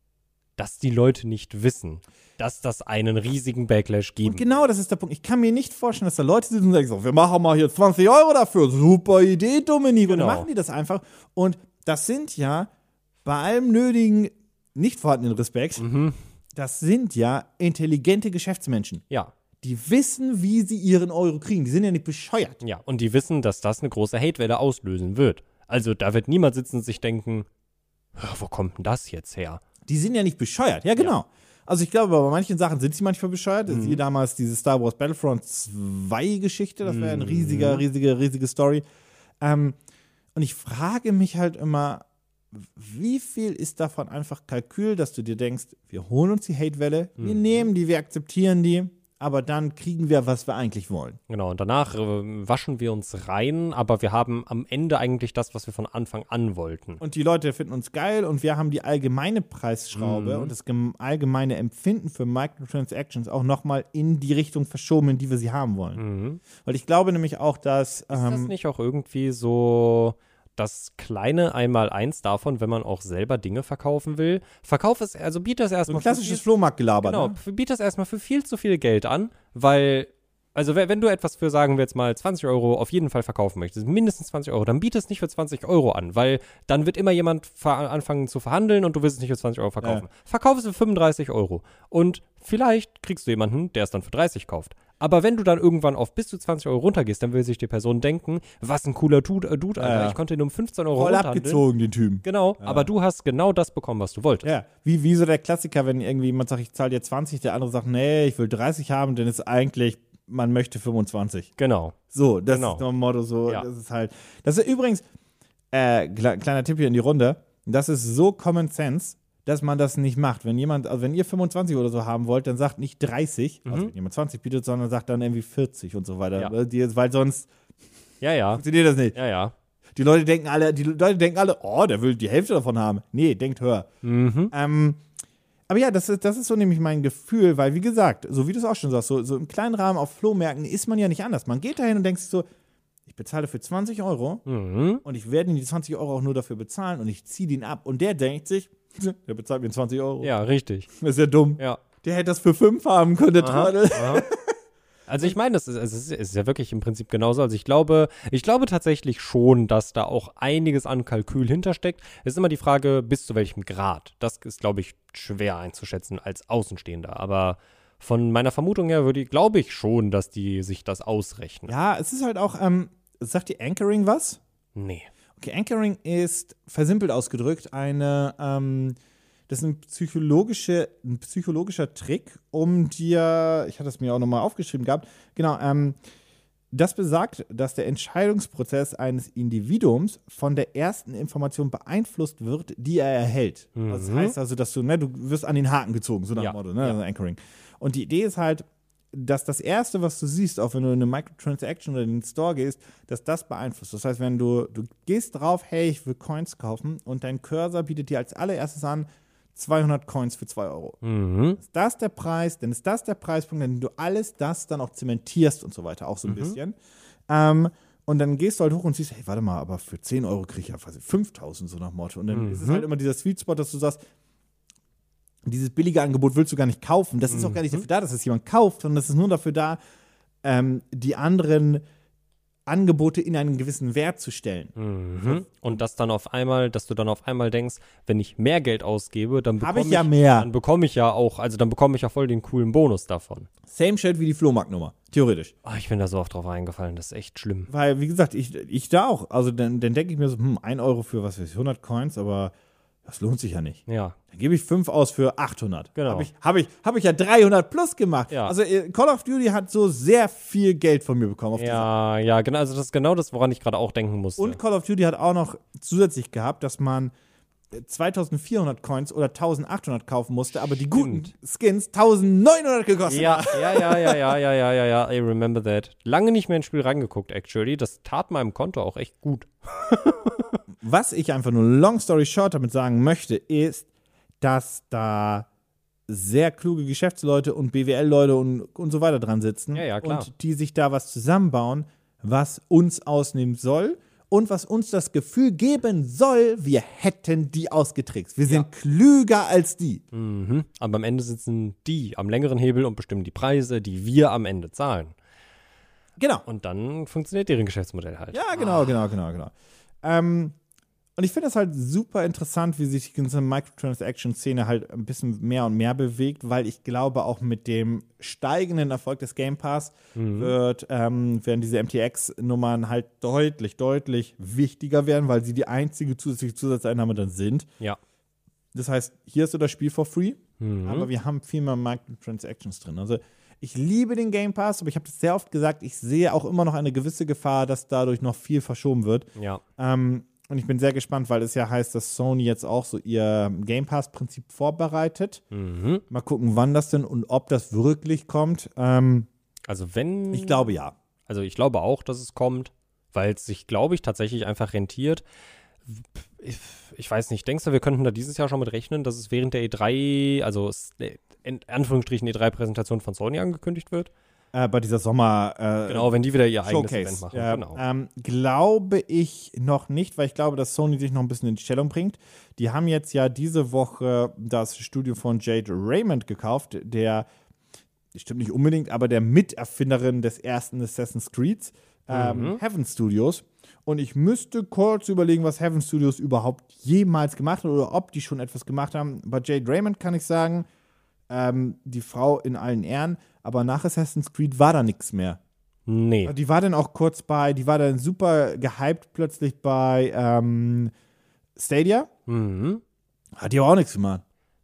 dass die Leute nicht wissen, dass das einen riesigen Backlash gibt. Und genau das ist der Punkt. Ich kann mir nicht vorstellen, dass da Leute sitzen und sagen, so, wir machen mal hier zwanzig Euro dafür. Super Idee, Dominik. Genau. Und dann machen die das einfach. Und das sind ja bei allem nötigen, nicht vorhandenen Respekt, mhm. das sind ja intelligente Geschäftsmenschen. Ja. Die wissen, wie sie ihren Euro kriegen. Die sind ja nicht bescheuert. Ja, und die wissen, dass das eine große Hatewelle auslösen wird. Also da wird niemand sitzen und sich denken, wo kommt denn das jetzt her? Die sind ja nicht bescheuert. Ja, genau. Ja. Also ich glaube, bei manchen Sachen sind sie manchmal bescheuert. Mhm. Siehe damals diese Star Wars Battlefront zwei Geschichte. Das war ja eine riesige, riesige, riesige Story. Ähm, und ich frage mich halt immer, wie viel ist davon einfach Kalkül, dass du dir denkst, wir holen uns die Hatewelle, mhm. wir nehmen die, wir akzeptieren die, aber dann kriegen wir, was wir eigentlich wollen. Genau, und danach äh, waschen wir uns rein, aber wir haben am Ende eigentlich das, was wir von Anfang an wollten. Und die Leute finden uns geil und wir haben die allgemeine Preisschraube mhm. und das gem- allgemeine Empfinden für Microtransactions auch nochmal in die Richtung verschoben, in die wir sie haben wollen. Mhm. Weil ich glaube nämlich auch, dass Ist ähm, das nicht auch irgendwie so das kleine Einmaleins davon, wenn man auch selber Dinge verkaufen will? Verkauf es, also biete es erstmal. So ein klassisches Flohmarktgelaber. Genau, ne? biete es erstmal für viel zu viel Geld an, weil, also wenn du etwas für, sagen wir jetzt mal, zwanzig Euro auf jeden Fall verkaufen möchtest, mindestens zwanzig Euro, dann biete es nicht für zwanzig Euro an, weil dann wird immer jemand ver- anfangen zu verhandeln und du willst es nicht für zwanzig Euro verkaufen. Ja. Verkauf es für fünfunddreißig Euro und vielleicht kriegst du jemanden, der es dann für dreißig kauft. Aber wenn du dann irgendwann auf bis zu zwanzig Euro runtergehst, dann will sich die Person denken, was ein cooler Dude, äh, Dude Alter, ja. ich konnte ihn um fünfzehn Euro voll runterhandeln. abgezogen, den Typen. Genau, ja. aber du hast genau das bekommen, was du wolltest. Ja, wie, wie so der Klassiker, wenn irgendwie jemand sagt, ich zahle dir zwanzig, der andere sagt, nee, ich will dreißig haben, dann ist eigentlich, man möchte fünfundzwanzig. Genau. So, das genau. ist noch ein Motto, so, ja. das ist halt, das ist übrigens, äh, kleiner Tipp hier in die Runde, das ist so Common Sense, dass man das nicht macht. Wenn jemand, also wenn ihr fünfundzwanzig oder so haben wollt, dann sagt nicht dreißig, Mhm. also wenn jemand zwanzig bietet, sondern sagt dann irgendwie vierzig und so weiter. Ja. Weil die- Weil sonst Ja, ja. funktioniert das nicht. Ja, ja. Die Leute denken alle, die Leute denken alle, oh, der will die Hälfte davon haben. Nee, denkt höher. Mhm. Ähm, aber ja, das ist, das ist so nämlich mein Gefühl, weil wie gesagt, so wie du es auch schon sagst, so, so im kleinen Rahmen auf Flohmärkten ist man ja nicht anders. Man geht dahin und denkt sich so, ich bezahle für zwanzig Euro Mhm. und ich werde ihm die zwanzig Euro auch nur dafür bezahlen und ich ziehe den ab. Und der denkt sich, der bezahlt mir zwanzig Euro. Ja, richtig. Das ist ja dumm. Ja. Der hätte das für fünf haben können, der Aha, Trottel. aha. Also ich meine, das ist, es ist, es ist ja wirklich im Prinzip genauso. Also ich glaube, ich glaube tatsächlich schon, dass da auch einiges an Kalkül hintersteckt. Es ist immer die Frage, bis zu welchem Grad. Das ist, glaube ich, schwer einzuschätzen als Außenstehender. Aber von meiner Vermutung her würde ich, glaube ich schon, dass die sich das ausrechnen. Ja, es ist halt auch, ähm, sagt dir Anchoring was? Nee. Okay, Anchoring ist, versimpelt ausgedrückt, eine, ähm, das ist ein, psychologische, ein psychologischer Trick, um dir, ich hatte es mir auch nochmal aufgeschrieben gehabt, genau, ähm, das besagt, dass der Entscheidungsprozess eines Individuums von der ersten Information beeinflusst wird, die er erhält. Mhm. Das heißt also, dass du, ne, du wirst an den Haken gezogen, so nach Ja, dem Motto, ne, ja. also Anchoring. Und die Idee ist halt, dass das Erste, was du siehst, auch wenn du in eine Microtransaction oder in den Store gehst, dass das beeinflusst. Das heißt, wenn du, du gehst drauf, hey, ich will Coins kaufen und dein Cursor bietet dir als allererstes an, zweihundert Coins für zwei Euro. Mhm. Ist das der Preis, dann ist das der Preispunkt, dann du alles das dann auch zementierst und so weiter, auch so ein Mhm. bisschen. Ähm, und dann gehst du halt hoch und siehst, hey, warte mal, aber für zehn Euro kriege ich ja quasi fünftausend, so nach Motto. Und dann Mhm. ist es halt immer dieser Sweet Spot, dass du sagst, dieses billige Angebot willst du gar nicht kaufen. Das ist auch gar nicht dafür da, dass es jemand kauft, sondern das ist nur dafür da, ähm, die anderen Angebote in einen gewissen Wert zu stellen. Mhm. Und das dann auf einmal, dass du dann auf einmal denkst, wenn ich mehr Geld ausgebe, dann Hab bekomme ich ja mehr. Dann bekomme ich ja auch, also dann bekomme ich ja voll den coolen Bonus davon. Same shit wie die Flohmarktnummer, theoretisch. Oh, ich bin da so oft drauf eingefallen, das ist echt schlimm. Weil, wie gesagt, ich, ich da auch. Also dann, dann denke ich mir so, hm, ein Euro für was weiß ich, hundert Coins, aber das lohnt sich ja nicht. Ja. Dann gebe ich fünf aus für achthundert. Genau. Habe ich, hab ich, hab ich ja dreihundert plus gemacht. Ja. Also äh, Call of Duty hat so sehr viel Geld von mir bekommen. Auf Ja, ja, genau, also das ist genau das, woran ich gerade auch denken musste. Und Call of Duty hat auch noch zusätzlich gehabt, dass man äh, zweitausendvierhundert Coins oder eintausendachthundert kaufen musste, aber die guten Skins eintausendneunhundert gekostet ja, haben. ja, ja, ja, ja, ja, ja, ja, ja, I remember that. Lange nicht mehr ins Spiel reingeguckt, actually. Das tat meinem Konto auch echt gut. Was ich einfach nur long story short damit sagen möchte, ist, dass da sehr kluge Geschäftsleute und B W L-Leute und, und so weiter dran sitzen. Ja, ja, klar. Und die sich da was zusammenbauen, was uns ausnehmen soll und was uns das Gefühl geben soll, wir hätten die ausgetrickst. Wir sind klüger als die. Mhm. Aber am Ende sitzen die am längeren Hebel und bestimmen die Preise, die wir am Ende zahlen. Genau. Und dann funktioniert deren Geschäftsmodell halt. Ja, genau, genau, genau, genau. Ähm, und ich finde das halt super interessant, wie sich die ganze Microtransaction-Szene halt ein bisschen mehr und mehr bewegt, weil ich glaube, auch mit dem steigenden Erfolg des Game Pass Mhm. wird, ähm, werden diese M T X-Nummern halt deutlich, deutlich wichtiger werden, weil sie die einzige zusätzliche Zusatzeinnahme dann sind. Ja. Das heißt, hier hast du das Spiel for free, Mhm. aber wir haben viel mehr Microtransactions drin. Also ich liebe den Game Pass, aber ich habe das sehr oft gesagt, ich sehe auch immer noch eine gewisse Gefahr, dass dadurch noch viel verschoben wird. Ja. Ähm, und ich bin sehr gespannt, weil es ja heißt, dass Sony jetzt auch so ihr Game Pass-Prinzip vorbereitet. Mhm. Mal gucken, wann das denn und ob das wirklich kommt. Ähm, Also wenn. ich glaube ja. Also ich glaube auch, dass es kommt, weil es sich, glaube ich, tatsächlich einfach rentiert. Ich, ich weiß nicht, denkst du, wir könnten da dieses Jahr schon mit rechnen, dass es während der E drei, also es- in Anführungsstrichen E drei Präsentation von Sony angekündigt wird? Äh, bei dieser Sommer äh, Genau, wenn die wieder ihr eigenes Showcase. Event machen. Ja, Genau. ähm, glaube ich noch nicht, weil ich glaube, dass Sony sich noch ein bisschen in die Stellung bringt. Die haben jetzt ja diese Woche das Studio von Jade Raymond gekauft, der, stimmt nicht unbedingt, aber der Miterfinderin des ersten Assassin's Creed, ähm, Mhm. Heaven Studios. Und ich müsste kurz überlegen, was Heaven Studios überhaupt jemals gemacht hat oder ob die schon etwas gemacht haben. Bei Jade Raymond kann ich sagen, ähm, die Frau in allen Ehren, aber nach Assassin's Creed war da nichts mehr. Nee. Die war dann auch kurz bei, die war dann super gehypt plötzlich bei ähm, Stadia. Mhm. Hat die aber auch nichts gemacht.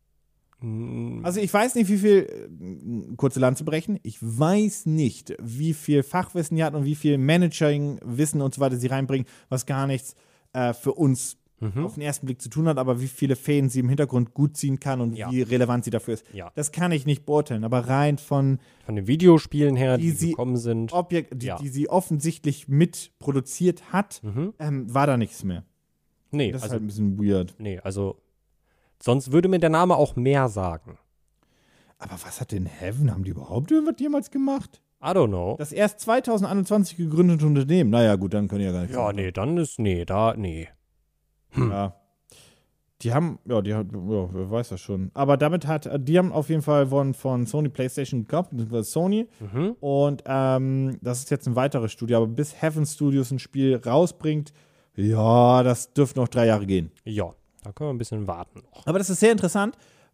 Mhm. Also ich weiß nicht, wie viel, äh, kurze Lanze brechen, ich weiß nicht, wie viel Fachwissen die hat und wie viel Managing-Wissen und so weiter sie reinbringen, was gar nichts äh, für uns mhm. auf den ersten Blick zu tun hat, aber wie viele Fäden sie im Hintergrund gut ziehen kann und Ja. wie relevant sie dafür ist. Ja. Das kann ich nicht beurteilen, aber rein von Von den Videospielen her, Die die, sie- gekommen sind. Objekt, die, Ja. die sie offensichtlich mitproduziert hat, Mhm. ähm, war da nichts mehr. Nee, Das ist also, halt ein bisschen weird. nee, also sonst würde mir der Name auch mehr sagen. Aber was hat denn Heaven? Haben die überhaupt irgendwas jemals gemacht? I don't know. Das erst zwanzig einundzwanzig gegründete Unternehmen. Naja, gut, dann können die ja gar nicht. Ja, nee, dann ist, nee, da, nee. Ja. Die haben, ja, die hat, ja, wer weiß das schon. Aber damit hat, die haben auf jeden Fall von, von Sony PlayStation gekauft, beziehungsweise Sony. Mhm. Und ähm, das ist jetzt ein weiteres Studio. Aber bis Heaven Studios ein Spiel rausbringt, ja, das dürfte noch drei Jahre gehen. Ja, da können wir ein bisschen warten noch. Aber das ist sehr interessant,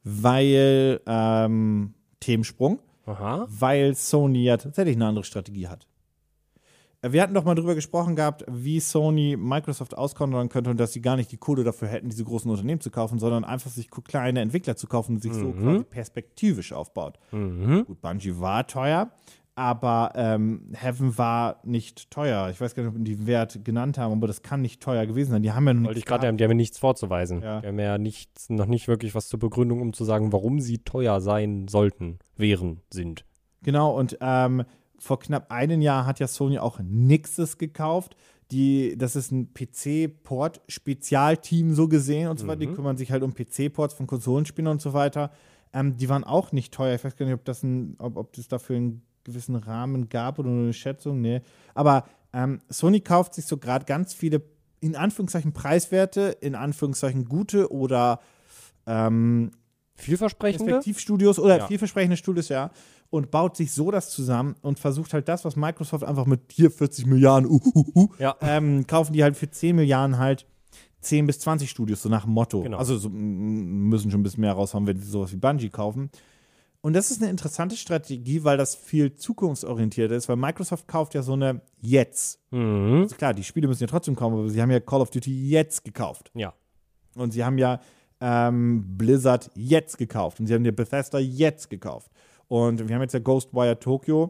weil, ähm, Themensprung, Aha. weil Sony ja tatsächlich eine andere Strategie hat. Äh, Wir hatten doch mal drüber gesprochen gehabt, wie Sony Microsoft auskontern könnte und dass sie gar nicht die Kohle dafür hätten, diese großen Unternehmen zu kaufen, sondern einfach sich kleine Entwickler zu kaufen und sich so Mhm. quasi perspektivisch aufbaut. Mhm. Gut, Bungie war teuer, aber ähm, Heaven war nicht teuer. Ich weiß gar nicht, ob wir den Wert genannt haben, aber das kann nicht teuer gewesen sein. Die haben ja noch Wollte nichts ich gerade gehabt. sagen, die haben ja nichts vorzuweisen. Ja. Die haben ja nichts, noch nicht wirklich was zur Begründung, um zu sagen, warum sie teuer sein sollten, wären, sind. Genau, und ähm, vor knapp einem Jahr hat ja Sony auch Nixes gekauft. Die, das ist ein P C-Port-Spezialteam so gesehen und so weiter. Die Mhm. kümmern sich halt um P C-Ports von Konsolenspielern und so weiter. Ähm, die waren auch nicht teuer. Ich weiß gar nicht, ob das ein, ob, ob das dafür einen gewissen Rahmen gab oder nur eine Schätzung. Nee. Aber ähm, Sony kauft sich so gerade ganz viele, in Anführungszeichen, preiswerte, in Anführungszeichen gute oder ähm, Vielversprechende? Perspektivstudios oder Ja. vielversprechende Studios, ja, und baut sich so das zusammen und versucht halt das, was Microsoft einfach mit hier vierzig Milliarden, uh, uh, uh, Ja. ähm, kaufen die halt für zehn Milliarden halt zehn bis zwanzig Studios, so nach dem Motto. Genau. Also so, m- müssen schon ein bisschen mehr raushauen, wenn sie sowas wie Bungie kaufen. Und das ist eine interessante Strategie, weil das viel zukunftsorientiert ist, weil Microsoft kauft ja so eine jetzt. Mhm. Also klar, die Spiele müssen ja trotzdem kommen, aber sie haben ja Call of Duty jetzt gekauft. Ja. Und sie haben ja ähm, Blizzard jetzt gekauft. Und sie haben ja Bethesda jetzt gekauft. Und wir haben jetzt ja Ghostwire Tokyo,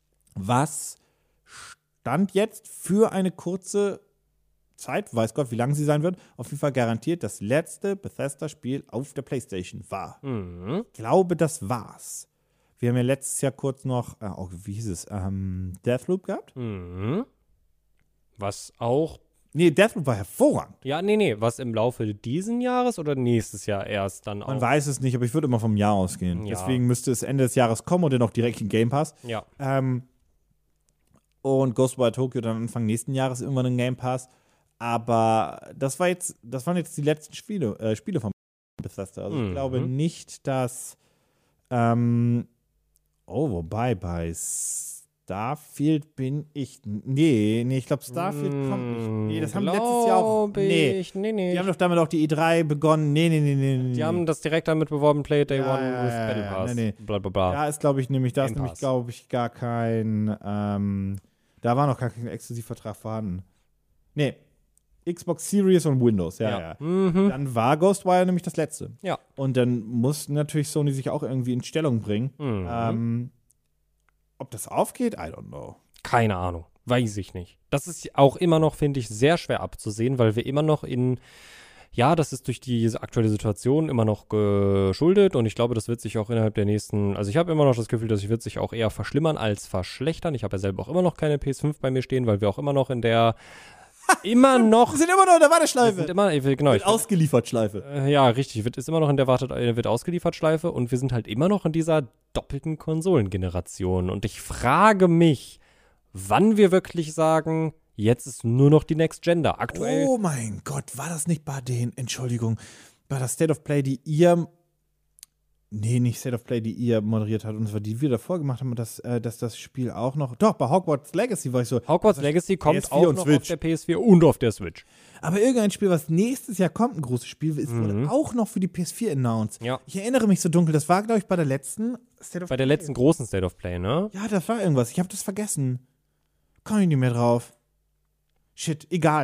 was Stand jetzt für eine kurze Zeit, weiß Gott, wie lange sie sein wird, auf jeden Fall garantiert das letzte Bethesda-Spiel auf der PlayStation war. Mhm. Ich glaube, das war's. Wir haben ja letztes Jahr kurz noch, äh, oh, wie hieß es, ähm, Deathloop gehabt? Mhm. Was auch, Nee, Deathloop war hervorragend. ja, nee, nee, was im Laufe diesen Jahres oder nächstes Jahr erst dann auch? Man weiß es nicht, aber ich würde immer vom Jahr ausgehen. Ja. Deswegen müsste es Ende des Jahres kommen und dann auch direkt in Game Pass. Ja. Ähm, und Ghostwire Tokyo dann Anfang nächsten Jahres irgendwann in Game Pass. Aber das war jetzt, das waren jetzt die letzten Spiele, äh, Spiele von Bethesda. Also Mhm. ich glaube nicht, dass ähm, oh, wobei bei Starfield bin ich. Nee, nee, ich glaube Starfield kommt nicht. Nee, das haben letztes Jahr auch. Glaub Nee. Ich, nee, nee. Die haben doch damit auch die E drei begonnen. Nee, nee, nee, nee. nee. Die haben das direkt damit beworben, Play Day Ja, One ja, with ja, Battle ja, Pass. nee, nee. Bla bla bla. Da ist, glaube ich, nämlich, da ist Game nämlich, Pass. glaube ich, gar kein, ähm, da war noch gar kein Exklusivvertrag vorhanden. Nee, Xbox Series und Windows, ja, ja. Mhm. Dann war Ghostwire nämlich das letzte. Ja. Und dann muss natürlich Sony sich auch irgendwie in Stellung bringen. Mhm. Ähm, ob das aufgeht, I don't know. Keine Ahnung. Weiß ich nicht. Das ist auch immer noch, finde ich, sehr schwer abzusehen, weil wir immer noch in, ja, das ist durch diese aktuelle Situation immer noch geschuldet und ich glaube, das wird sich auch innerhalb der nächsten, also ich habe immer noch das Gefühl, das wird sich auch eher verschlimmern als verschlechtern. Ich habe ja selber auch immer noch keine P S fünf bei mir stehen, weil wir auch immer noch in der, immer noch, Wir sind immer noch in der wir Warteschleife. sind immer, ich will- genau, ich Wird ausgeliefert Schleife. Äh, Ja, richtig. Wird, ist immer noch in der Wartet, äh, wird ausgeliefert Schleife und wir sind halt immer noch in dieser doppelten Konsolengeneration. Und ich frage mich, wann wir wirklich sagen, jetzt ist nur noch die Next Gen da. Aktuell. Oh mein Gott, war das nicht bei den, Entschuldigung, bei der State of Play, die ihr, nee, nicht State of Play, die ihr moderiert habt, und zwar die wir davor gemacht haben, dass, äh, dass das Spiel auch noch, doch, bei Hogwarts Legacy war ich so, Hogwarts das- Legacy kommt P S vier auch und noch Switch. auf der P S vier und auf der Switch. aber irgendein Spiel, was nächstes Jahr kommt, ein großes Spiel, ist, wurde Mhm. auch noch für die P S vier announced. Ja. Ich erinnere mich so dunkel, das war, glaube ich, bei der letzten State of Bei der letzten großen State of Play, ne? Ja, das war irgendwas. Ich habe das vergessen. Komme ich nicht mehr drauf. Shit, egal.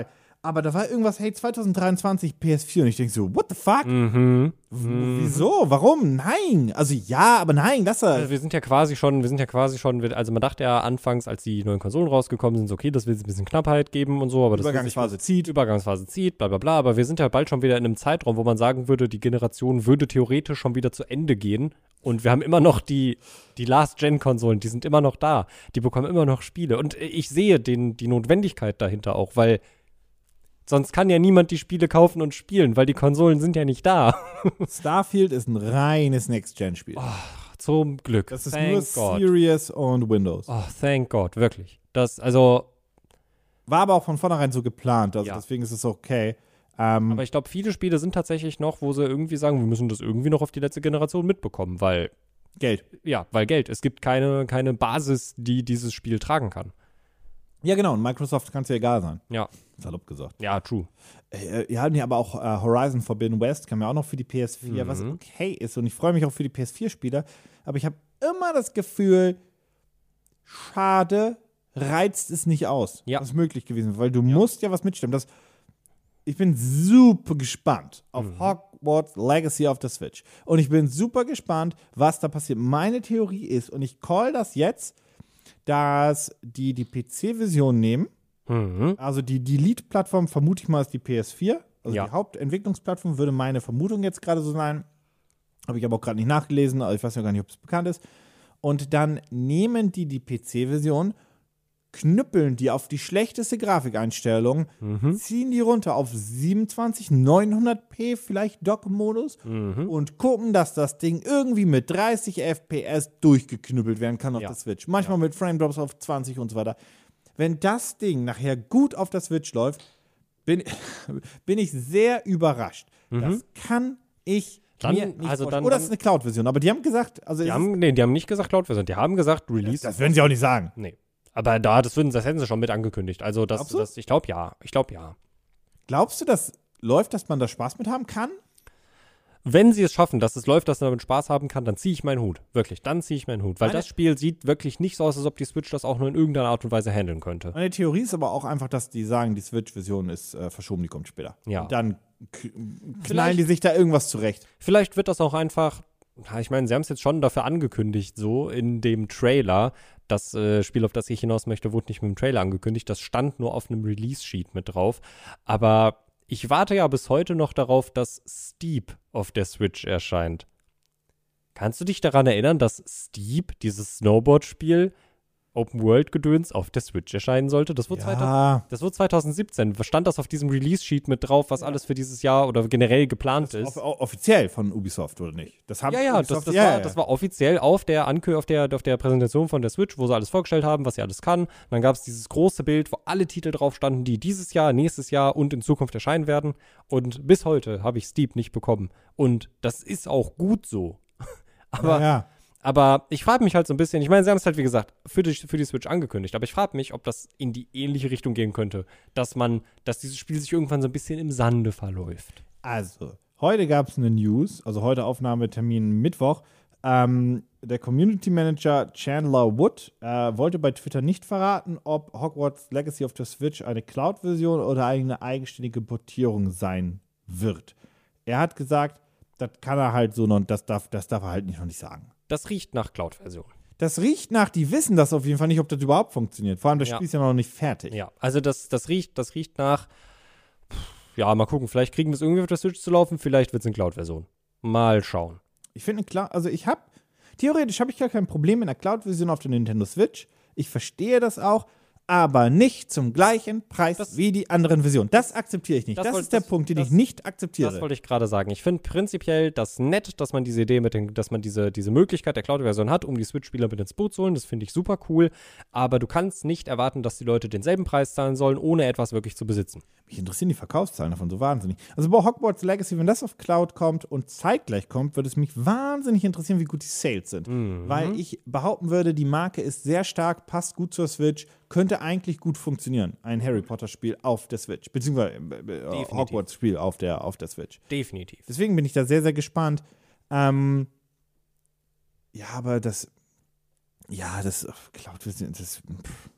aber da war irgendwas, hey, zwanzig dreiundzwanzig P S vier und ich denke so, what the fuck? Mhm. W- Wieso? Warum? Nein. Also ja, aber nein, lass Also das. wir sind ja quasi schon, wir sind ja quasi schon, also man dachte ja anfangs, als die neuen Konsolen rausgekommen sind, so, okay, das wird ein bisschen Knappheit geben und so, aber das wird sich- Übergangsphase zieht. Übergangsphase zieht, bla bla bla, aber wir sind ja bald schon wieder in einem Zeitraum, wo man sagen würde, die Generation würde theoretisch schon wieder zu Ende gehen und wir haben immer noch die, die Last-Gen-Konsolen, die sind immer noch da, die bekommen immer noch Spiele und ich sehe den, die Notwendigkeit dahinter auch, weil sonst kann ja niemand die Spiele kaufen und spielen, weil die Konsolen sind ja nicht da. Starfield ist ein reines Next-Gen-Spiel. Zum Glück. das ist Thank nur God. Series und Windows. Oh, thank God, wirklich. Das, also, War aber auch von vornherein so geplant, also Ja. deswegen ist es okay. Ähm, aber ich glaube, viele Spiele sind tatsächlich noch, wo sie irgendwie sagen, wir müssen das irgendwie noch auf die letzte Generation mitbekommen, weil, Geld. ja, weil Geld. Es gibt keine, keine Basis, die dieses Spiel tragen kann. Ja, genau. Und Microsoft kann es ja egal sein. Ja, Salopp gesagt. ja, true. Äh, ja, nee, aber auch äh, Horizon Forbidden West kam ja auch noch für die P S vier, Mhm. was okay ist. Und ich freue mich auch für die P S vier-Spieler. Aber ich habe immer das Gefühl, schade, reizt es nicht aus, Ja. was möglich gewesen wäre. Weil du musst ja was mitstimmen. Das, ich bin super gespannt auf Mhm. Hogwarts Legacy auf der Switch. Und ich bin super gespannt, was da passiert. Meine Theorie ist, und ich call das jetzt, dass die die P C-Version nehmen. Mhm. Also die, die Lead-Plattform vermute ich mal ist die P S vier. Also Ja. die Hauptentwicklungsplattform würde meine Vermutung jetzt gerade so sein. Habe ich aber auch gerade nicht nachgelesen, also ich weiß ja gar nicht, ob es bekannt ist. Und dann nehmen die die P C-Version, knüppeln die auf die schlechteste Grafikeinstellung, Mhm. ziehen die runter auf siebenundzwanzig, neunhundert p vielleicht Dock-Modus Mhm. und gucken, dass das Ding irgendwie mit dreißig F P S durchgeknüppelt werden kann auf Ja. der Switch. Manchmal mit Frame-Drops auf zwanzig und so weiter. Wenn das Ding nachher gut auf der Switch läuft, bin, bin ich sehr überrascht. Das kann ich Mhm. Dann- mir nicht also vorstellen. dann- Oder es ist eine Cloud-Version. Aber die haben gesagt, also Die es haben, nee, die haben nicht gesagt Cloud-Version, die haben gesagt Release. ist, das werden sie auch nicht sagen. Nee. Aber da, das, würden, das hätten sie schon mit angekündigt. Also, das, Glaubst du? das ich glaube ja. Ich glaube ja. Glaubst du, das läuft, dass man da Spaß mit haben kann? Wenn sie es schaffen, dass es läuft, dass man damit Spaß haben kann, dann ziehe ich meinen Hut. Wirklich, dann ziehe ich meinen Hut. Weil Meine- das Spiel sieht wirklich nicht so aus, als ob die Switch das auch nur in irgendeiner Art und Weise handeln könnte. Meine Theorie ist aber auch einfach, dass die sagen, die Switch-Version ist äh, verschoben, die kommt später. Ja. Und dann k- Vielleicht- knallen die sich da irgendwas zurecht. Vielleicht wird das auch einfach, ja, ich meine, sie haben es jetzt schon dafür angekündigt, so in dem Trailer. Das äh, Spiel, auf das ich hinaus möchte, wurde nicht mit dem Trailer angekündigt. Das stand nur auf einem Release-Sheet mit drauf. Aber ich warte ja bis heute noch darauf, dass Steep auf der Switch erscheint. Kannst du dich daran erinnern, dass Steep, dieses Snowboard-Spiel, Open-World-Gedöns, auf der Switch erscheinen sollte? Das wurde, zweitausend, Ja, das wurde zwanzig siebzehn. Stand das auf diesem Release-Sheet mit drauf, was alles für dieses Jahr oder generell geplant ist? off offiziell von Ubisoft, oder nicht? Das haben Ja, ja, das, Ubisoft, das, ja, war, ja. das war offiziell auf der, Ankü auf, der, auf der Präsentation von der Switch, wo sie alles vorgestellt haben, was sie alles kann. Und dann gab es dieses große Bild, wo alle Titel drauf standen, die dieses Jahr, nächstes Jahr und in Zukunft erscheinen werden. Und bis heute habe ich Steep nicht bekommen. Und das ist auch gut so. Aber, ja, ja. aber ich frage mich halt so ein bisschen, ich meine, sie haben es halt, wie gesagt, für die, für die Switch angekündigt, aber ich frage mich, ob das in die ähnliche Richtung gehen könnte, dass man, dass dieses Spiel sich irgendwann so ein bisschen im Sande verläuft. Also, heute gab es eine News, also heute Aufnahmetermin Mittwoch. Ähm, der Community Manager Chandler Wood äh, wollte bei Twitter nicht verraten, ob Hogwarts Legacy auf der Switch eine Cloud-Version oder eine eigenständige Portierung sein wird. Er hat gesagt, das kann er halt so noch, das darf, das darf er halt nicht noch nicht sagen. Das riecht nach Cloud-Version. Das riecht nach, die wissen das auf jeden Fall nicht, ob das überhaupt funktioniert. Vor allem, das Ja. Spiel ist ja noch nicht fertig. Ja, also das, das, riecht, das riecht nach, ja, mal gucken, vielleicht kriegen wir es irgendwie auf der Switch zu laufen, vielleicht wird es eine Cloud-Version. Mal schauen. Ich finde, klar, also ich habe, theoretisch habe ich gar kein Problem mit einer Cloud-Version auf der Nintendo Switch. Ich verstehe das auch, aber nicht zum gleichen Preis Das- wie die anderen Versionen. Das akzeptiere ich nicht. Das Das, wollt- ist der das- Punkt, den das- ich nicht Das akzeptiere. wollte ich gerade sagen. Ich finde prinzipiell das nett, dass man diese Idee mit den, dass man diese, diese Möglichkeit der Cloud-Version hat, um die Switch-Spieler mit ins Boot zu holen. Das finde ich super cool. Aber du kannst nicht erwarten, dass die Leute denselben Preis zahlen sollen, ohne etwas wirklich zu besitzen. Mich interessieren die Verkaufszahlen davon so wahnsinnig. Also bei Hogwarts Legacy, wenn das auf Cloud kommt und zeitgleich kommt, würde es mich wahnsinnig interessieren, wie gut die Sales sind. Mhm. Weil ich behaupten würde, die Marke ist sehr stark, passt gut zur Switch, könnte eigentlich gut funktionieren. Ein Harry Potter-Spiel auf der Switch, beziehungsweise äh, Hogwarts-Spiel auf der, auf der Switch. Definitiv. Deswegen bin ich da sehr, sehr gespannt. Ähm, ja, aber das, ja, das, Cloud, das, pff.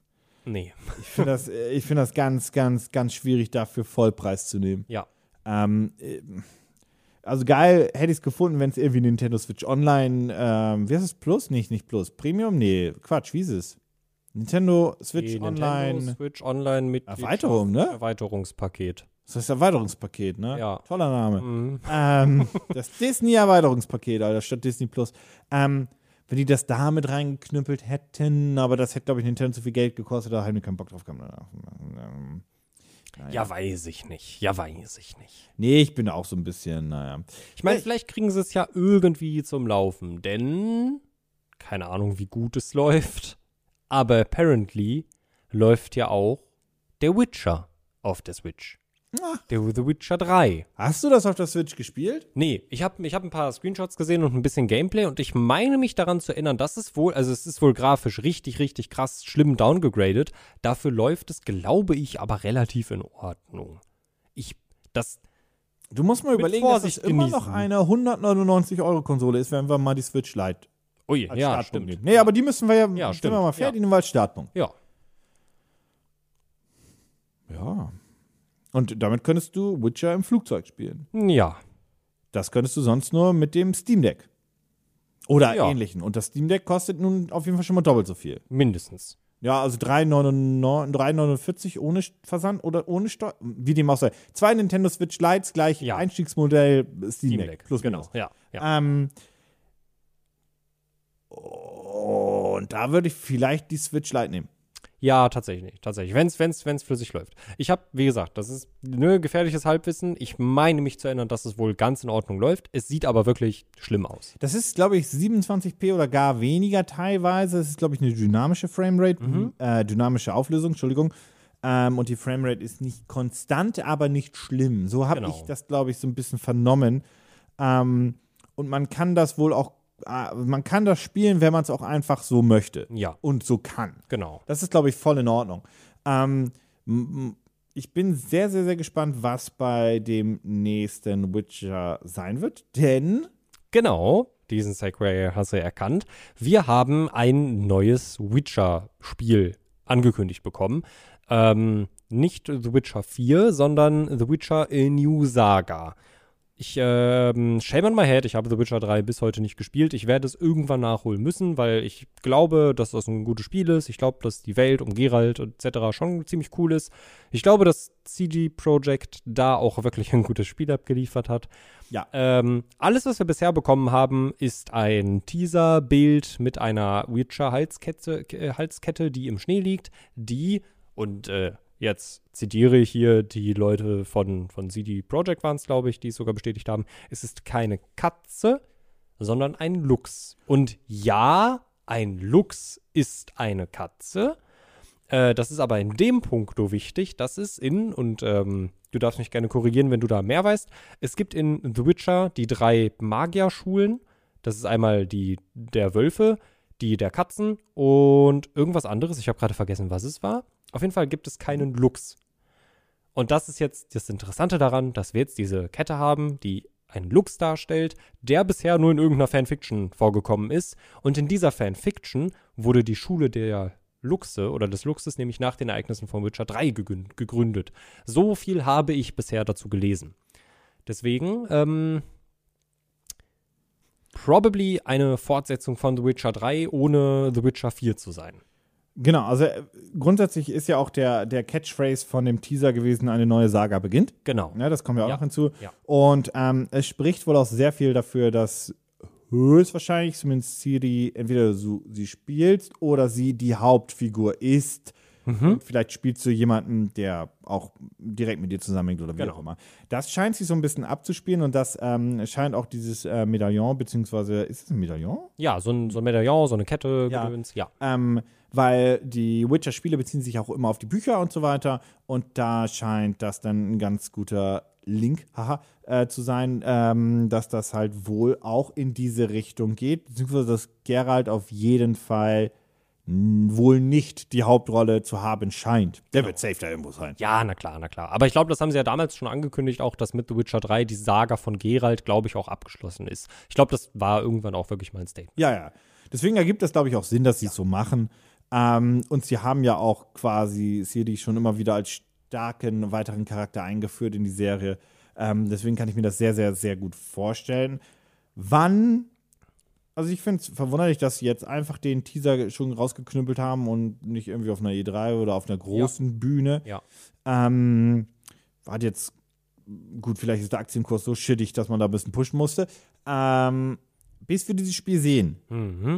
Nee. Ich finde das, ich find das ganz, ganz, ganz schwierig, dafür Vollpreis zu nehmen. Ja. Ähm, also geil hätte ich es gefunden, wenn es irgendwie Nintendo Switch Online, ähm, wie heißt es, Plus? Nicht, nicht Plus. Premium? Nee, Quatsch, wie ist es? Nintendo Switch Die Online. Nintendo Switch Online mit Erweiterung, ne? Erweiterungspaket. Das ist das Erweiterungspaket, ne? Ja. Toller Name. Mhm. Ähm, das Disney-Erweiterungspaket, Alter, statt Disney Plus. Ähm, wenn die das da mit reingeknüppelt hätten, aber das hätte, glaube ich, Nintendo zu viel Geld gekostet, da haben die keinen Bock drauf gehabt. Ähm, naja. Ja, weiß ich nicht. Ja, weiß ich nicht. Nee, ich bin auch so ein bisschen, naja. Ich meine, vielleicht kriegen sie es ja irgendwie zum Laufen, denn keine Ahnung, wie gut es läuft, aber apparently läuft ja auch der Witcher auf der Switch. Ah. Der The Witcher drei. Hast du das auf der Switch gespielt? Nee, ich habe ich hab ein paar Screenshots gesehen und ein bisschen Gameplay und ich meine mich daran zu erinnern, dass es wohl, also es ist wohl grafisch richtig, richtig krass schlimm downgegradet. Dafür läuft es, glaube ich, aber relativ in Ordnung. Ich, das, Du musst mal Mit überlegen, dass Vorsicht es immer genießen. noch eine hundertneunundneunzig Euro Konsole ist, wenn wir mal die Switch Lite ui, als ja, Startpunkt stimmt. nehmen. Nee, aber die müssen wir ja, Ja, sind stimmt. wir mal fertig Ja. nehmen wir als Startpunkt. Ja, Ja. Und damit könntest du Witcher im Flugzeug spielen. ja, Das Das könntest du sonst nur mit dem Steam Deck. Oder Ja. ähnlichen. Und das Steam Deck kostet nun auf jeden Fall schon mal doppelt so viel. mindestens. Ja, also drei neunundvierzig ohne Versand oder ohne Steuer. Wie dem auch sei. Zwei Nintendo Switch Lites, gleich Ja. Einstiegsmodell Steam, Steam Deck. Deck, Plus genau. minus. Ja, ja. Ähm, und da würde ich vielleicht die Switch Lite nehmen. Ja, tatsächlich, tatsächlich. Wenn es wenn's, wenn's flüssig läuft. Ich habe, wie gesagt, das ist ne, gefährliches Halbwissen. Ich meine mich zu erinnern, dass es wohl ganz in Ordnung läuft. Es sieht aber wirklich schlimm aus. Das ist, glaube ich, siebenundzwanzig p oder gar weniger teilweise. Das ist, glaube ich, eine dynamische Framerate, Mhm. äh, dynamische Auflösung, Entschuldigung. Ähm, und die Framerate ist nicht konstant, aber nicht schlimm. So habe Genau. ich das, glaube ich, so ein bisschen vernommen. Ähm, und man kann das wohl auch, äh, man kann das spielen, wenn man es auch einfach so möchte Ja, und so kann. genau. Das ist, glaube ich, voll in Ordnung. Ähm, m- m- ich bin sehr, sehr, sehr gespannt, was bei dem nächsten Witcher sein wird, denn Genau, diesen Segway hast du erkannt. Wir haben ein neues Witcher-Spiel angekündigt bekommen. Ähm, nicht The Witcher vier, sondern The Witcher A New Saga. Ich, ähm, shame on my head, ich habe The Witcher drei bis heute nicht gespielt. Ich werde es irgendwann nachholen müssen, weil ich glaube, dass das ein gutes Spiel ist. Ich glaube, dass die Welt um Geralt et cetera schon ziemlich cool ist. Ich glaube, dass C D Projekt da auch wirklich ein gutes Spiel abgeliefert hat. Ja. Ähm, alles, was wir bisher bekommen haben, ist ein Teaser-Bild mit einer Witcher-Halskette, äh, Halskette, die im Schnee liegt, die, und äh, jetzt zitiere ich hier die Leute von, von C D Projekt waren es, glaube ich, die es sogar bestätigt haben, es ist keine Katze, sondern ein Luchs. Und ja, ein Luchs ist eine Katze. Äh, das ist aber in dem Punkt so wichtig, dass es in, und ähm, du darfst mich gerne korrigieren, wenn du da mehr weißt, es gibt in The Witcher die drei Magierschulen. Das ist einmal die der Wölfe, die der Katzen und irgendwas anderes. Ich habe gerade vergessen, was es war. Auf jeden Fall gibt es keinen Luchs. Und das ist jetzt das Interessante daran, dass wir jetzt diese Kette haben, die einen Luchs darstellt, der bisher nur in irgendeiner Fanfiction vorgekommen ist. Und in dieser Fanfiction wurde die Schule der Luchse oder des Luchses nämlich nach den Ereignissen von Witcher drei gegün- gegründet. So viel habe ich bisher dazu gelesen. Deswegen, ähm, probably eine Fortsetzung von The Witcher drei, ohne The Witcher vier zu sein. Genau, also äh, grundsätzlich ist ja auch der, der Catchphrase von dem Teaser gewesen, eine neue Saga beginnt. Genau. Ja, das kommt ja auch Ja. noch hinzu. Ja. Und ähm, es spricht wohl auch sehr viel dafür, dass höchstwahrscheinlich zumindest Ciri entweder so, sie spielt oder sie die Hauptfigur ist. Mhm. Und vielleicht spielst du jemanden, der auch direkt mit dir zusammenhängt oder wie Genau. auch immer. Das scheint sich so ein bisschen abzuspielen und das ähm, scheint auch dieses äh, Medaillon, beziehungsweise, ist es ein Medaillon? Ja, so ein, so ein Medaillon, so eine Kette, Ja. Gedöns, ja. Ähm, weil die Witcher-Spiele beziehen sich auch immer auf die Bücher und so weiter. Und da scheint das dann ein ganz guter Link haha, äh, zu sein, ähm, dass das halt wohl auch in diese Richtung geht. Beziehungsweise, dass Geralt auf jeden Fall n- wohl nicht die Hauptrolle zu haben scheint. Der wird safe da irgendwo sein. Ja, na klar, na klar. Aber ich glaube, das haben sie ja damals schon angekündigt, auch dass mit The Witcher drei die Saga von Geralt, glaube ich, auch abgeschlossen ist. Ich glaube, das war irgendwann auch wirklich mal ein Statement. Ja, ja. Deswegen ergibt das, glaube ich, auch Sinn, dass sie es so machen. Ähm, und sie haben ja auch quasi Ciri schon immer wieder als starken weiteren Charakter eingeführt in die Serie. Ähm, deswegen kann ich mir das sehr, sehr, sehr gut vorstellen. Wann, also ich finde es verwunderlich, dass sie jetzt einfach den Teaser schon rausgeknüppelt haben und nicht irgendwie auf einer E drei oder auf einer großen ja. Bühne. Ja. Ähm, war jetzt, gut, vielleicht ist der Aktienkurs so shittig, dass man da ein bisschen pushen musste. Ähm, bis wir dieses Spiel sehen. Mhm.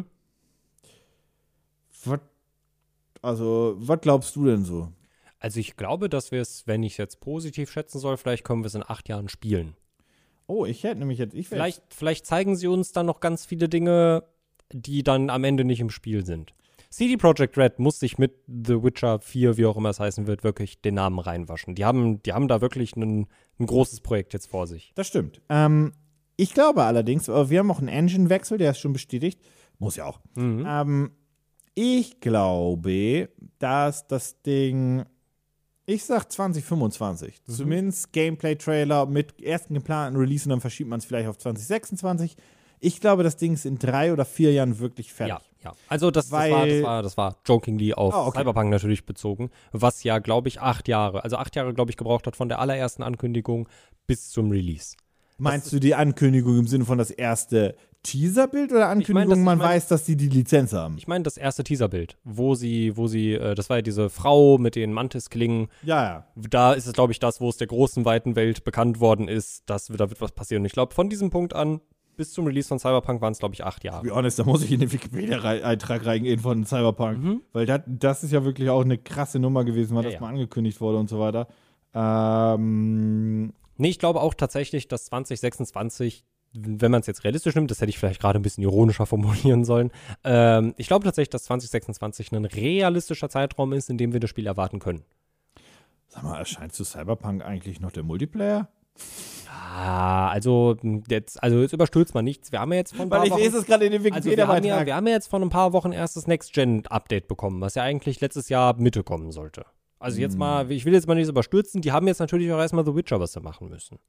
Was, also, was glaubst du denn so? Also ich glaube, dass wir es, wenn ich es jetzt positiv schätzen soll, vielleicht können wir es in acht Jahren spielen. Oh, ich hätte nämlich jetzt, ich Vielleicht, vielleicht zeigen sie uns dann noch ganz viele Dinge, die dann am Ende nicht im Spiel sind. C D Projekt Red muss sich mit The Witcher vier, wie auch immer es heißen wird, wirklich den Namen reinwaschen. Die haben, die haben da wirklich ein, ein großes Projekt jetzt vor sich. Das stimmt. Ähm, ich glaube allerdings, wir haben auch einen Engine-Wechsel, der ist schon bestätigt. Muss ja auch. Mhm. Ähm, ich glaube, dass das Ding, ich sag zwanzig fünfundzwanzig. Mhm. Zumindest Gameplay-Trailer mit ersten geplanten Release und dann verschiebt man es vielleicht auf zwanzig sechsundzwanzig. Ich glaube, das Ding ist in drei oder vier Jahren wirklich fertig. Ja, ja. Also das, Weil, das, war, das, war, das war jokingly auf oh, okay. Cyberpunk natürlich bezogen, was ja, glaube ich, acht Jahre, also acht Jahre, glaube ich, gebraucht hat von der allerersten Ankündigung bis zum Release. Meinst das, du die Ankündigung im Sinne von das erste Teaserbild oder Ankündigung, ich mein, dass, man ich mein, weiß, dass sie die Lizenz haben? Ich meine das erste Teaserbild, wo sie, wo sie, äh, das war ja diese Frau mit den Mantis-Klingen. Ja, ja. Da ist es, glaube ich, das, wo es der großen, weiten Welt bekannt worden ist, dass da wird was passieren. Und ich glaube, von diesem Punkt an bis zum Release von Cyberpunk waren es, glaube ich, acht Jahre. To be honest, da muss ich in den Wikipedia-Eintrag reingehen von Cyberpunk. Mhm. Weil dat, das ist ja wirklich auch eine krasse Nummer gewesen, weil ja, das ja. mal angekündigt wurde und so weiter. Ähm Nee, ich glaube auch tatsächlich, dass zwanzig sechsundzwanzig, wenn man es jetzt realistisch nimmt, das hätte ich vielleicht gerade ein bisschen ironischer formulieren sollen, ähm, ich glaube tatsächlich, dass zwanzig sechsundzwanzig ein realistischer Zeitraum ist, in dem wir das Spiel erwarten können. Sag mal, erscheint zu Cyberpunk eigentlich noch der Multiplayer? Ja, also jetzt, also jetzt überstürzt man nichts. Wir haben ja jetzt von ein Weil paar ich Wochen, lese es gerade in den Wikipedia-Beitrag. Also wir, ja, wir haben ja jetzt vor ein paar Wochen erst das Next-Gen-Update bekommen, was ja eigentlich letztes Jahr Mitte kommen sollte. Also jetzt mm. mal, ich will jetzt mal nicht überstürzen, die haben jetzt natürlich auch erstmal The Witcher, was sie machen müssen.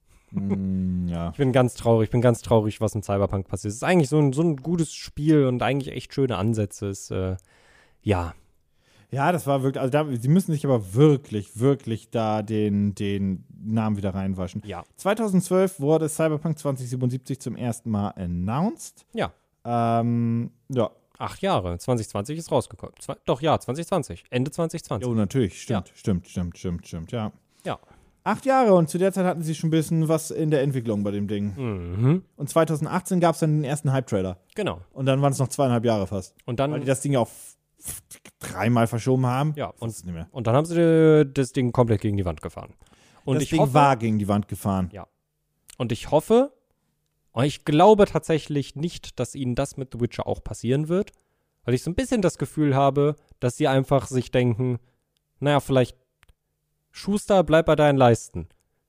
Mm, ja. Ich bin ganz traurig, ich bin ganz traurig, was im Cyberpunk passiert. Es ist eigentlich so ein, so ein gutes Spiel und eigentlich echt schöne Ansätze. Es, äh, ja. Ja, das war wirklich, also da, sie müssen sich aber wirklich, wirklich da den, den Namen wieder reinwaschen. Ja. zweitausendzwölf wurde Cyberpunk zwanzig siebenundsiebzig zum ersten Mal announced. Ja. Ähm, ja. Acht Jahre. zwanzig zwanzig ist rausgekommen. Zwei, doch, ja, zwanzig zwanzig. Ende zwanzig zwanzig. Oh, natürlich. Stimmt, ja. stimmt, stimmt, stimmt, stimmt, ja. Ja. Acht Jahre und zu der Zeit hatten sie schon ein bisschen was in der Entwicklung bei dem Ding. Mhm. Und zweitausendachtzehn gab es dann den ersten Hype-Trailer. Genau. Und dann waren es noch zweieinhalb Jahre fast. Und dann, weil die das Ding ja auch dreimal verschoben haben. Ja, und, nicht mehr. Und dann haben sie das Ding komplett gegen die Wand gefahren. Und das ich Ding hoffe, war gegen die Wand gefahren. Ja. Und ich hoffe, und ich glaube tatsächlich nicht, dass ihnen das mit The Witcher auch passieren wird, weil ich so ein bisschen das Gefühl habe, dass sie einfach sich denken, naja, vielleicht Schuster, bleib bei deinen Leisten.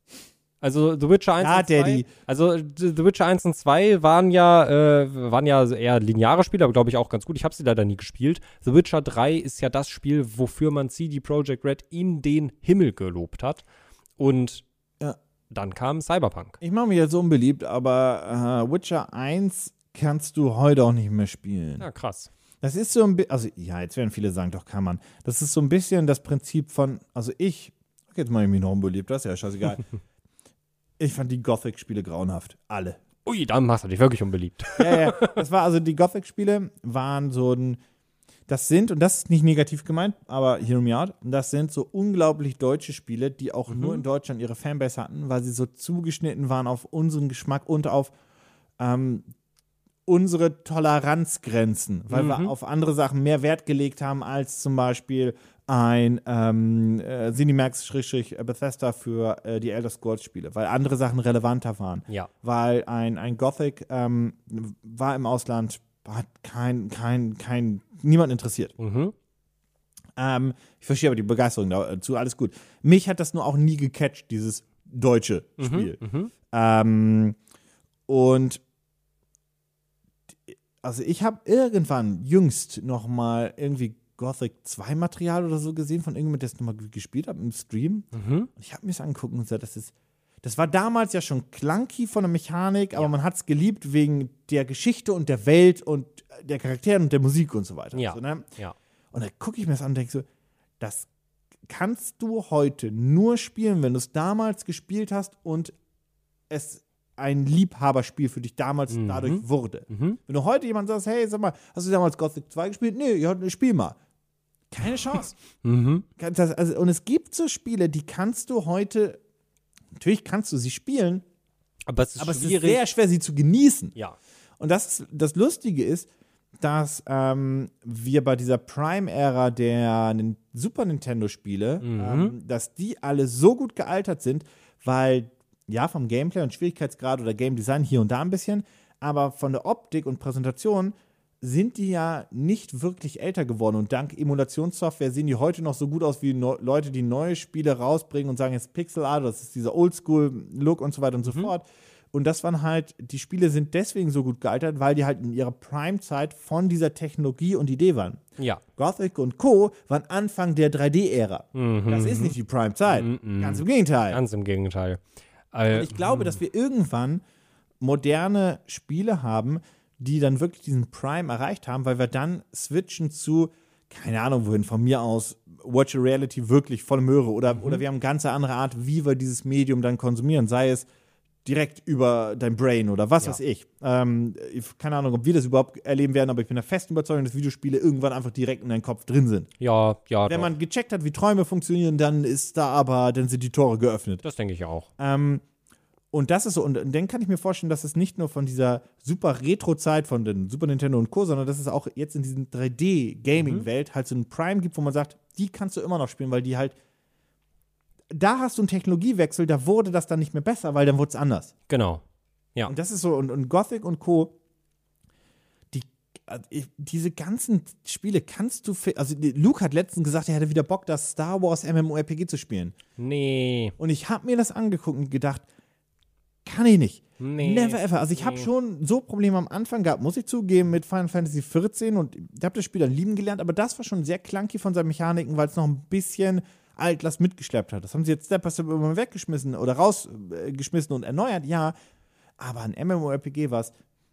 Also The Witcher eins ja, und zwei, Daddy. also The Witcher eins und zwei waren ja, äh, waren ja eher lineare Spiele, aber glaube ich auch ganz gut. Ich habe sie leider nie gespielt. The Witcher drei ist ja das Spiel, wofür man C D Projekt Red in den Himmel gelobt hat. Und ja. dann kam Cyberpunk. Ich mache mich jetzt unbeliebt, aber äh, Witcher eins kannst du heute auch nicht mehr spielen. Ja, krass. Das ist so ein bisschen, also ja, jetzt werden viele sagen, doch kann man. Das ist so ein bisschen das Prinzip von, also ich, jetzt mache ich mich noch unbeliebt, das ist ja scheißegal. Ich fand die Gothic-Spiele grauenhaft. Alle. Ui, dann machst du dich wirklich unbeliebt. Ja, ja. Das war also, die Gothic-Spiele waren so ein, das sind, und das ist nicht negativ gemeint, aber hear me out, das sind so unglaublich deutsche Spiele, die auch mhm. nur in Deutschland ihre Fanbase hatten, weil sie so zugeschnitten waren auf unseren Geschmack und auf ähm, unsere Toleranzgrenzen, weil mhm. wir auf andere Sachen mehr Wert gelegt haben als zum Beispiel ein ähm, äh, Cinemax-Bethesda für äh, die Elder Scrolls-Spiele, weil andere Sachen relevanter waren. Ja. Weil ein, ein Gothic ähm, war im Ausland, hat kein, kein, kein, niemand interessiert. Mhm. Ähm, ich verstehe aber die Begeisterung dazu, alles gut. Mich hat das nur auch nie gecatcht, dieses deutsche mhm. Spiel. Mhm. Ähm, und also ich habe irgendwann jüngst noch mal irgendwie Gothic zwei Material oder so gesehen von irgendjemandem, der es nochmal gespielt hat im Stream. Mhm. Und ich habe mir das angeguckt und gesagt, das ist, das war damals ja schon clunky von der Mechanik, aber ja. man hat es geliebt wegen der Geschichte und der Welt und der Charakteren und der Musik und so weiter. Ja. So, ne? Ja. Und dann gucke ich mir das an und denke so, das kannst du heute nur spielen, wenn du es damals gespielt hast und es ein Liebhaberspiel für dich damals Mhm. dadurch wurde. Mhm. Wenn du heute jemand sagst, hey, sag mal, hast du damals Gothic zwei gespielt? Nee, ja, spiel mal. Keine Chance. Mhm. Das, also, und es gibt so Spiele, die kannst du heute, natürlich kannst du sie spielen, Aber es ist aber es ist schwierig. sehr schwer, sie zu genießen. ja. Und das, ist, das Lustige ist, dass ähm, wir bei dieser Prime-Ära der Nin- Super Nintendo-Spiele, Mhm. ähm, dass die alle so gut gealtert sind, weil, ja, vom Gameplay und Schwierigkeitsgrad oder Game Design hier und da ein bisschen, aber von der Optik und Präsentation sind die ja nicht wirklich älter geworden. Und dank Emulationssoftware sehen die heute noch so gut aus wie no- Leute, die neue Spiele rausbringen und sagen, jetzt Pixel Art, das ist dieser Oldschool-Look und so weiter und so fort. Und das waren halt, die Spiele sind deswegen so gut gealtert, weil die halt in ihrer Prime-Zeit von dieser Technologie und Idee waren. Ja. Gothic und Co. waren Anfang der drei D-Ära. Mhm. Das ist nicht die Prime-Zeit. Mhm. Ganz im Gegenteil. Ganz im Gegenteil. Äh, Und ich glaube, dass wir irgendwann moderne Spiele haben, die dann wirklich diesen Prime erreicht haben, weil wir dann switchen zu, keine Ahnung wohin, von mir aus Virtual Reality wirklich volle Möhre oder, oder wir haben eine ganz andere Art, wie wir dieses Medium dann konsumieren, sei es direkt über dein Brain oder was Ja. weiß ich. Ähm, ich. Keine Ahnung, ob wir das überhaupt erleben werden, aber ich bin der festen Überzeugung, dass Videospiele irgendwann einfach direkt in deinem Kopf drin sind. ja, ja. Wenn doch. man gecheckt hat, wie Träume funktionieren, dann ist da aber, dann sind die Tore geöffnet. Das denke ich auch. Ähm, und das ist so, und dann kann ich mir vorstellen, dass es nicht nur von dieser super Retro-Zeit von den Super Nintendo und Co., sondern dass es auch jetzt in diesen drei D-Gaming-Welt halt so einen Prime gibt, wo man sagt, die kannst du immer noch spielen, weil die halt, da hast du einen Technologiewechsel, da wurde das dann nicht mehr besser, weil dann wurde es anders. Genau. Ja. Und das ist so, und, und Gothic und Co., die, also ich, diese ganzen Spiele kannst du, fi- also die- Luke hat letztens gesagt, er hätte wieder Bock, das Star Wars MMORPG zu spielen. Nee. Und ich habe mir das angeguckt und gedacht, kann ich nicht. Nee. Never ever. Also ich habe Nee. schon so Probleme am Anfang gehabt, muss ich zugeben, mit Final Fantasy vierzehn und ich habe das Spiel dann lieben gelernt, aber das war schon sehr clunky von seinen Mechaniken, weil es noch ein bisschen Altlast mitgeschleppt hat. Das haben sie jetzt Step by Step immer weggeschmissen oder rausgeschmissen und erneuert, ja. Aber ein MMORPG war es,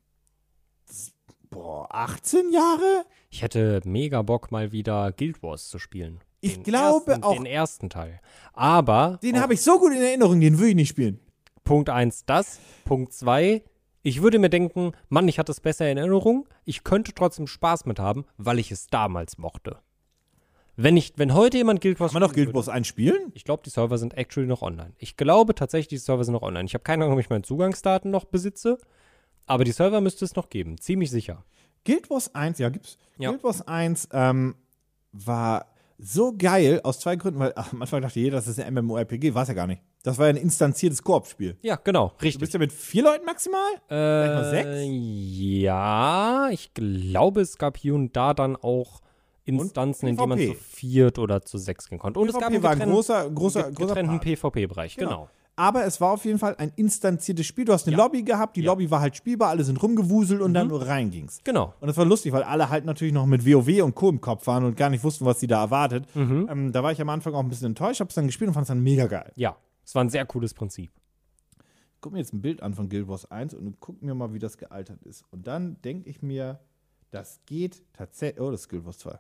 boah, achtzehn Jahre? Ich hätte mega Bock, mal wieder Guild Wars zu spielen. Ich Den glaube ersten, auch- Den ersten Teil. Aber Den auch habe ich so gut in Erinnerung, den will ich nicht spielen. Punkt eins das. Punkt zwei ich würde mir denken, Mann, ich hatte es besser in Erinnerung. Ich könnte trotzdem Spaß mit haben, weil ich es damals mochte. Wenn, ich, wenn heute jemand Guild Wars Kann man doch spielen Guild würde- Wars eins spielen? Ich glaube, die Server sind actually noch online. Ich glaube tatsächlich, die Server sind noch online. Ich habe keine Ahnung, ob ich meine Zugangsdaten noch besitze, aber die Server müsste es noch geben. Ziemlich sicher. Guild Wars eins, ja, gibt's. Ja. Guild Wars eins ähm, war so geil aus zwei Gründen, weil ach, am Anfang dachte jeder, das ist ein MMORPG, war es ja gar nicht. Das war ja ein instanziertes Koop-Spiel. Ja, genau, Du richtig. bist ja mit vier Leuten maximal? Äh, mal sechs? Ja, ich glaube, es gab hier und da dann auch Instanzen, in denen man PvP. zu viert oder zu sechs gehen konnte. Und es gab einen war ein getrennten, großer, großer, ge- großer getrennten Part. PvP-Bereich, genau. Aber es war auf jeden Fall ein instanziertes Spiel. Du hast eine Ja. Lobby gehabt, die Ja. Lobby war halt spielbar, alle sind rumgewuselt und dann nur reinging's. Genau. Und das war lustig, weil alle halt natürlich noch mit WoW und Co. im Kopf waren und gar nicht wussten, was sie da erwartet. Ähm, da war ich am Anfang auch ein bisschen enttäuscht, hab's dann gespielt und fand's dann mega geil. Ja, es war ein sehr cooles Prinzip. Guck mir jetzt ein Bild an von Guild Wars eins und guck mir mal, wie das gealtert ist. Und dann denke ich mir, das geht tatsächlich. Oh, das ist Guild Wars zwei.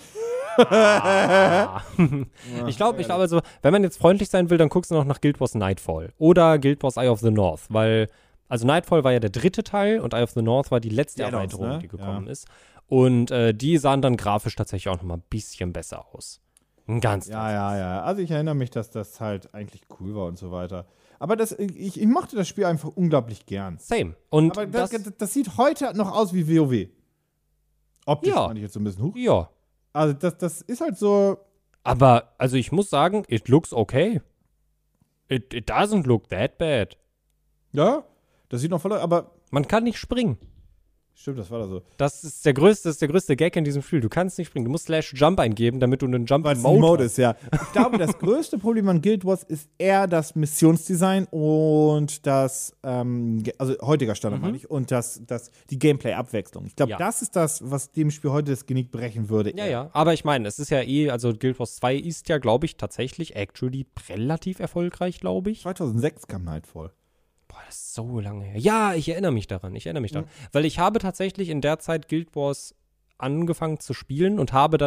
Ich glaube, ich glaube also, wenn man jetzt freundlich sein will, dann guckst du noch nach Guild Wars Nightfall oder Guild Wars Eye of the North, weil, also Nightfall war ja der dritte Teil und Eye of the North war die letzte Die Add-ons, Erweiterung, ne? die gekommen Ja. ist. Und äh, die sahen dann grafisch tatsächlich auch noch mal ein bisschen besser aus. Ein ganz, Ja, ja, ja. Also ich erinnere mich, dass das halt eigentlich cool war und so weiter. Aber das, ich, ich mochte das Spiel einfach unglaublich gern. Same. Und Aber das, das, das, das sieht heute noch aus wie WoW. Optisch Ja. fand ich jetzt so ein bisschen hoch. ja. Also das, das ist halt so. Aber, also ich muss sagen, it looks okay. It, it doesn't look that bad. Ja, das sieht noch voll. Aber Man kann nicht springen. stimmt, das war da so. Das ist der größte, das ist der größte Gag in diesem Spiel. Du kannst nicht springen. Du musst Slash Jump eingeben, damit du einen Jump Weil es Mode ein Mode hast. ist, ja. Ich glaube, das größte Problem an Guild Wars ist eher das Missionsdesign und das, ähm, ge- also heutiger Standard meine ich, und das, das, die Gameplay-Abwechslung. Ich glaube, Ja. das ist das, was dem Spiel heute das Genick brechen würde. Ja, ja. Aber ich meine, es ist ja eh, also Guild Wars zwei ist ja, glaube ich, tatsächlich actually relativ erfolgreich, glaube ich. zweitausendsechs kam Nightfall. Boah, das ist so lange her. Ja, ich erinnere mich daran. Ich erinnere mich daran. Weil ich habe tatsächlich in der Zeit Guild Wars angefangen zu spielen und habe dann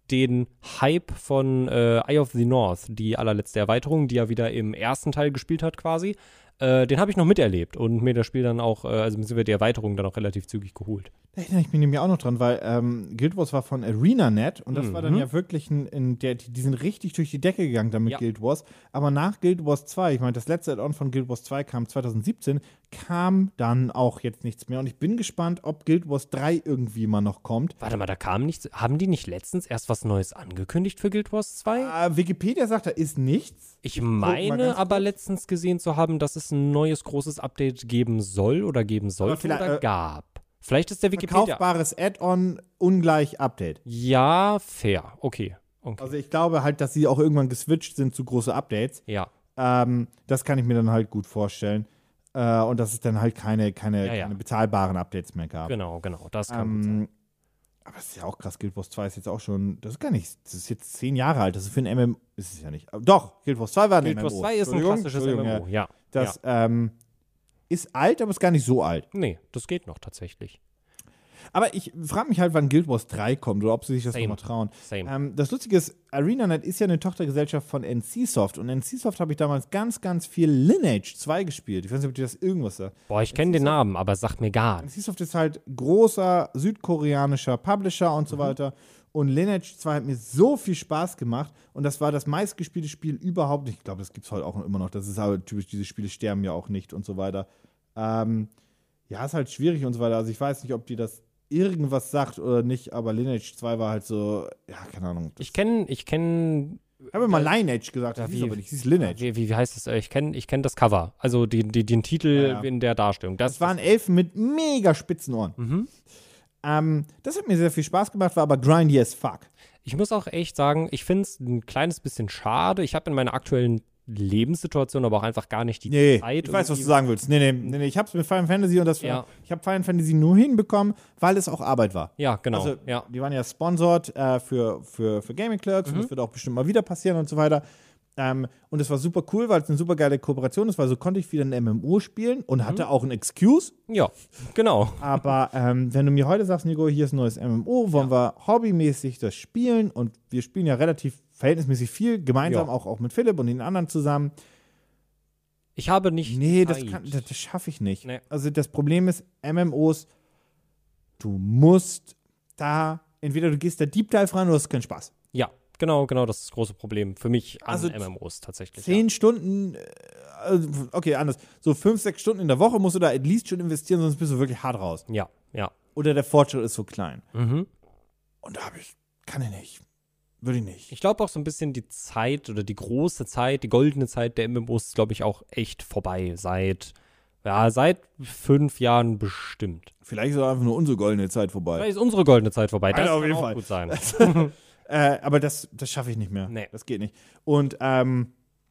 den Hype von äh, Eye of the North, die allerletzte Erweiterung, die er wieder im ersten Teil gespielt hat quasi. Äh, den habe ich noch miterlebt und mir das Spiel dann auch, äh, also mir die Erweiterung dann auch relativ zügig geholt. Da erinnere ich mich nämlich auch noch dran, weil ähm, Guild Wars war von ArenaNet und das Mhm. war dann ja wirklich ein, in der, die sind richtig durch die Decke gegangen damit Ja. Guild Wars. Aber nach Guild Wars zwei, ich meine, das letzte Add-on von Guild Wars zwei kam zwanzig siebzehn, kam dann auch jetzt nichts mehr. Und ich bin gespannt, ob Guild Wars drei irgendwie mal noch kommt. Warte mal, da kam nichts. Haben die nicht letztens erst was Neues angekündigt für Guild Wars zwei? Äh, Wikipedia sagt, da ist nichts. Ich guck mal meine ganz aber kurz. letztens gesehen zu haben, dass es ein neues großes Update geben soll oder geben sollte vielleicht, oder äh, gab. Vielleicht ist der Wikipedia. Kaufbares Add-on ungleich Update. Ja, fair. Okay. okay. Also ich glaube halt, dass sie auch irgendwann geswitcht sind zu große Updates. ja. Ähm, das kann ich mir dann halt gut vorstellen. Äh, und dass es dann halt keine, keine, Ja, ja. keine bezahlbaren Updates mehr gab. Genau, genau. Das kann gut sein. Ähm, aber das ist ja auch krass. Guild Wars zwei ist jetzt auch schon, das ist gar nicht, das ist jetzt zehn Jahre alt. Das ist für ein M M O, ist es ja nicht. Aber doch, Guild Wars zwei war ein Guild M M O. Wars zwei ist ein Entschuldigung, klassisches Entschuldigung, M M O. ja. Ja. Das ja. ähm, ist alt, aber ist gar nicht so alt. Nee, das geht noch tatsächlich. Aber ich frage mich halt, wann Guild Wars drei kommt oder ob sie sich das Same. nochmal trauen. Same. Ähm, das Lustige ist, ArenaNet ist ja eine Tochtergesellschaft von N C Soft und N C Soft habe ich damals ganz, ganz viel Lineage zwei gespielt. Ich weiß nicht, ob dir das irgendwas sagt. Boah, ich kenne den Namen, aber sagt mir gar N nichts. C Soft ist halt großer südkoreanischer Publisher und so weiter. Und Lineage zwei hat mir so viel Spaß gemacht und das war das meistgespielte Spiel überhaupt. Ich glaube, das gibt es heute auch immer noch. Das ist aber typisch, diese Spiele sterben ja auch nicht und so weiter. Ähm, ja, ist halt schwierig und so weiter. Also ich weiß nicht, ob die das irgendwas sagt oder nicht, aber Lineage zwei war halt so, ja, keine Ahnung. Das- Ich kenne, ich kenne, Ich habe immer Lineage gesagt, Ja, das hieß wie- aber nicht, es hieß Lineage. wie, wie, wie heißt das? Äh, Ich kenne ich kenn das Cover, also die, die, den Titel Ja, ja. in der Darstellung. Das, Das waren Elfen mit mega spitzen Ohren. Mhm. Ähm, das hat mir sehr viel Spaß gemacht, war aber grindy as fuck. Ich muss auch echt sagen, ich finde es ein kleines bisschen schade. Ich habe in meiner aktuellen Lebenssituation aber auch einfach gar nicht die Nee, Zeit. ich weiß, was du irgendwie- sagen willst. Nee, nee, nee, nee. Ich hab's mit Final Fantasy und das war, Ja. ich habe Final Fantasy nur hinbekommen, weil es auch Arbeit war. Ja, genau. Also, ja. die waren ja sponsored äh, für, für, für Gaming Clerks Mhm. und das wird auch bestimmt mal wieder passieren und so weiter. Ähm, und es war super cool, weil es eine super geile Kooperation ist, weil so konnte ich wieder ein M M O spielen und Mhm. hatte auch ein Excuse. ja, genau. Aber ähm, wenn du mir heute sagst, Nico, hier ist ein neues M M O, wollen wir hobbymäßig das spielen und wir spielen ja relativ verhältnismäßig viel, gemeinsam, Ja. auch, auch mit Philipp und den anderen zusammen. Ich habe nicht Nee, das, Zeit. kann- das, das schaffe ich nicht. Nee. Also das Problem ist, M M Os, du musst da, entweder du gehst da Deep Dive rein oder du hast keinen Spaß. Ja, genau, genau, das ist das große Problem für mich an Also M M Os tatsächlich. Zehn Stunden, äh, also, okay, anders. So fünf, sechs Stunden in der Woche musst du da at least schon investieren, sonst bist du wirklich hart raus. Ja, ja. Oder der Fortschritt ist so klein. ja. Mhm. Und da habe ich, kann ich nicht. Würde ich nicht. Ich glaube auch so ein bisschen die Zeit oder die große Zeit, die goldene Zeit der M M Os ist, glaube ich, auch echt vorbei. Seit, ja, seit fünf Jahren bestimmt. Vielleicht ist auch einfach nur unsere goldene Zeit vorbei. Vielleicht ist unsere goldene Zeit vorbei. Das Alter, auf kann jeden auch Fall. gut sein. Äh, aber das, das schaffe ich nicht mehr. Nee. Das geht nicht. Und, ähm,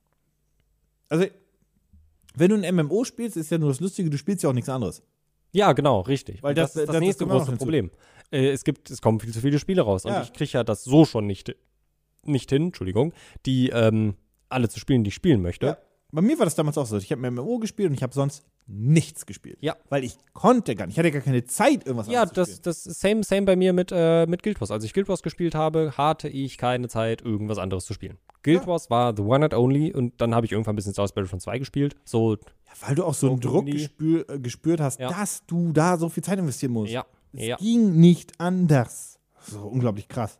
also, wenn du ein M M O spielst, ist ja nur das Lustige, du spielst ja auch nichts anderes. Ja, genau, richtig. Weil Und das- das, ist das das- das nächste kommt auch noch große hinzu. Problem. Äh, es gibt, es kommen viel zu viele Spiele raus. Ja. Und ich kriege ja das so schon nicht, nicht hin, Entschuldigung, die ähm, alle zu spielen, die ich spielen möchte. Ja. Bei mir war das damals auch so. Ich habe ein M M O gespielt und ich habe sonst nichts gespielt. Ja. Weil ich konnte gar nicht. Ich hatte gar keine Zeit, irgendwas Ja, anderes zu das, spielen. das same, same bei mir mit, äh, mit Guild Wars. Als ich Guild Wars gespielt habe, hatte ich keine Zeit, irgendwas anderes zu spielen. Guild Ja. Wars war the one and only und dann habe ich irgendwann ein bisschen Star Wars Battlefront zwei gespielt. So, Ja, weil du auch so einen So Druck irgendwie- gespür, äh, gespürt hast, Ja. dass du da so viel Zeit investieren musst. ja, Es ja. ging nicht anders. So unglaublich krass.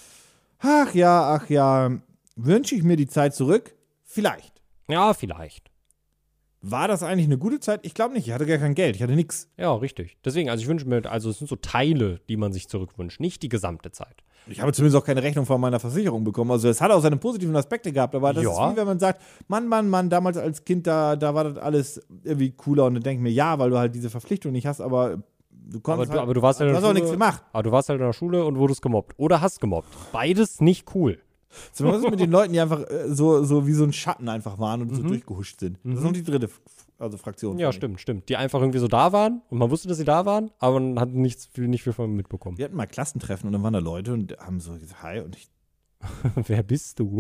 Ach ja, ach ja. Wünsche ich mir die Zeit zurück? Vielleicht. Ja, vielleicht. War das eigentlich eine gute Zeit? Ich glaube nicht. Ich hatte gar kein Geld. Ich hatte nichts. Ja, richtig. Deswegen, also ich wünsche mir, also es sind so Teile, die man sich zurückwünscht, nicht die gesamte Zeit. Ich habe zumindest auch keine Rechnung von meiner Versicherung bekommen. Also es hat auch seine positiven Aspekte gehabt, aber das Ja. ist wie wenn man sagt, Mann, Mann, Mann, damals als Kind, da, da war das alles irgendwie cooler und dann denke ich mir, ja, weil du halt diese Verpflichtung nicht hast, aber du Aber konntest du, halt, aber du warst ja in du der hast auch Schule, nichts gemacht. Aber du warst halt in der Schule und wurdest gemobbt. Oder hast gemobbt. Beides nicht cool. So, was ist mit den Leuten, die einfach äh, so, so wie so ein Schatten einfach waren und so durchgehuscht sind? Das ist noch die dritte F- also Fraktion. Mhm. Ja, finde ich. stimmt, stimmt. Die einfach irgendwie so da waren und man wusste, dass sie da waren, aber man hat nichts, viel- nicht viel von ihnen mitbekommen. Wir hatten mal Klassentreffen und dann waren da Leute und haben so gesagt, hi und ich, Wer bist du?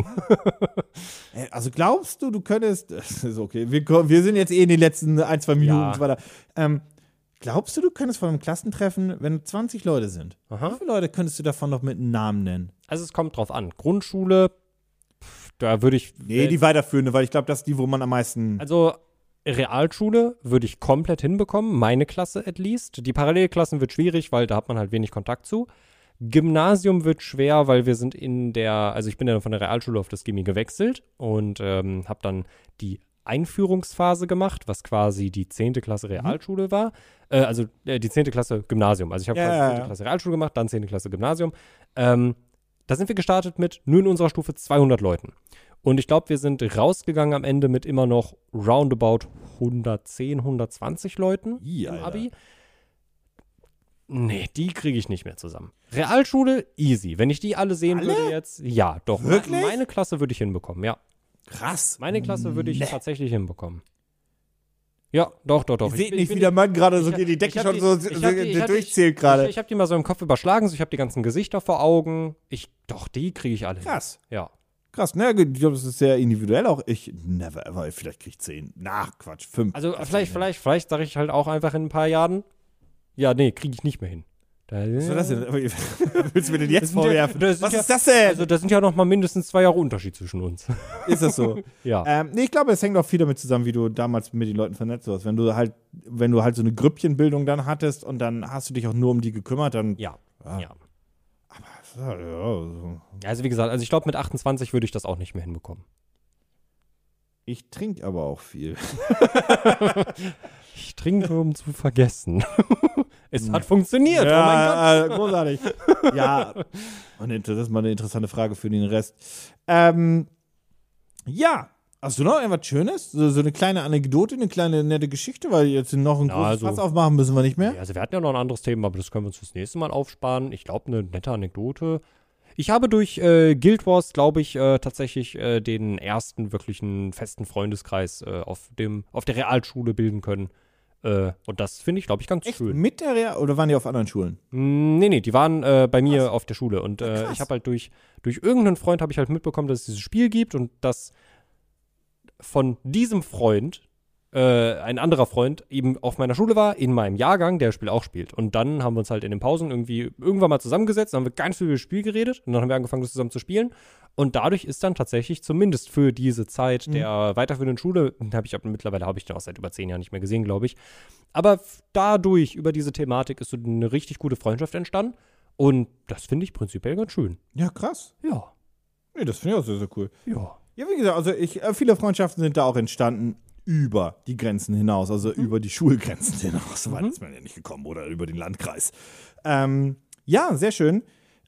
äh, also glaubst du, du könntest, das ist okay, wir, ko- wir sind jetzt eh in den letzten ein, zwei Minuten Ja. und so weiter. Ähm, glaubst du, du könntest von einem Klassentreffen, wenn zwanzig Leute sind, Aha. wie viele Leute könntest du davon noch mit einem Namen nennen? Also es kommt drauf an. Grundschule, pff, da würde ich. Nee, die weiterführende, weil ich glaube, das ist die, wo man am meisten. Also Realschule würde ich komplett hinbekommen, meine Klasse at least. Die Parallelklassen wird schwierig, weil da hat man halt wenig Kontakt zu. Gymnasium wird schwer, weil wir sind in der, also ich bin ja von der Realschule auf das Gimmi gewechselt und ähm, habe dann die Einführungsphase gemacht, was quasi die zehnte Klasse Realschule mhm. war. Äh, also äh, die zehnte Klasse Gymnasium. Also ich habe ja, quasi ja, zehnte ja. Klasse Realschule gemacht, dann zehnte Klasse Gymnasium. Ähm, da sind wir gestartet mit nur in unserer Stufe zweihundert Leuten. Und ich glaube, wir sind rausgegangen am Ende mit immer noch roundabout hundertzehn, hundertzwanzig Leuten I, im Alter. Abi. Nee, die kriege ich nicht mehr zusammen. Realschule, easy. Wenn ich die alle sehen Alle? würde jetzt, ja, doch. Wirklich? Meine Klasse würde ich hinbekommen, ja. Krass. Meine Klasse würde ich Nee. tatsächlich hinbekommen. Ja, doch, doch, doch. Ihr Ich seht bin- nicht, ich bin- wie der Mann gerade so ich- die Decke ich hab schon die- so, ich so hab die- ich hab die- durchzählt Ich, gerade. ich habe die mal so im Kopf überschlagen, so ich habe die ganzen Gesichter vor Augen. Ich, doch, die kriege ich alle. hin. Krass. Ja. Krass, na gut, ich glaube, das ist sehr individuell auch. Ich, never ever, vielleicht krieg ich zehn. Na, Quatsch, fünf. Also vielleicht, vielleicht, vielleicht sage ich halt auch einfach in ein paar Jahren, ja, nee, kriege ich nicht mehr hin. Da, Was war das denn? Willst du mir denn Das jetzt sind ja- vorwerfen? das sind Was ja- ist das denn? Also da sind ja noch mal mindestens zwei Jahre Unterschied zwischen uns. Ist das so? Ja. ähm, nee, ich glaube, es hängt auch viel damit zusammen, wie du damals mit den Leuten vernetzt warst. Wenn du halt, wenn du halt so eine Grüppchenbildung dann hattest und dann hast du dich auch nur um die gekümmert, dann. Ja. Ah. Ja. Ja, ja, so. Also wie gesagt, also ich glaube, mit achtundzwanzig würde ich das auch nicht mehr hinbekommen. Ich trinke aber auch viel. Ich trinke, um zu vergessen. Es hat funktioniert, oh mein Gott. Ja, äh, großartig. Ja, und das ist mal eine interessante Frage für den Rest. Ähm, ja, hast du noch irgendwas Schönes? So, so eine kleine Anekdote, eine kleine nette Geschichte, weil jetzt noch ein Ja, großes also- Fass aufmachen müssen wir nicht mehr. Ja, also wir hatten ja noch ein anderes Thema, aber das können wir uns fürs nächste Mal aufsparen. Ich glaube, eine nette Anekdote. Ich habe durch äh, Guild Wars, glaube ich, äh, tatsächlich äh, den ersten wirklichen festen Freundeskreis äh, auf, dem, auf der Realschule bilden können. Äh, und das finde ich, glaube ich, ganz Echt? schön. Mit der Real oder waren die auf anderen Schulen? Mm, Nee, nee, die waren äh, bei mir auf der Schule. Und äh, krass. ich habe halt durch, durch irgendeinen Freund habe ich halt mitbekommen, dass es dieses Spiel gibt und dass von diesem Freund äh, ein anderer Freund eben auf meiner Schule war, in meinem Jahrgang, der das Spiel auch spielt. Und dann haben wir uns halt in den Pausen irgendwie irgendwann mal zusammengesetzt, dann haben wir ganz viel über das Spiel geredet und dann haben wir angefangen, das zusammen zu spielen. Und dadurch ist dann tatsächlich zumindest für diese Zeit der weiterführenden Schule, habe ich ab, mittlerweile habe ich den auch seit über zehn Jahren nicht mehr gesehen, glaube ich. Aber f- dadurch, über diese Thematik, ist so eine richtig gute Freundschaft entstanden. Und das finde ich prinzipiell ganz schön. Ja, krass. Ja, Nee, das finde ich auch sehr, sehr cool. ja. Ja, wie gesagt, also ich, äh, viele Freundschaften sind da auch entstanden über die Grenzen hinaus, also über die Schulgrenzen hinaus. So weit ist man ja nicht gekommen oder über den Landkreis. Ähm, ja, sehr schön.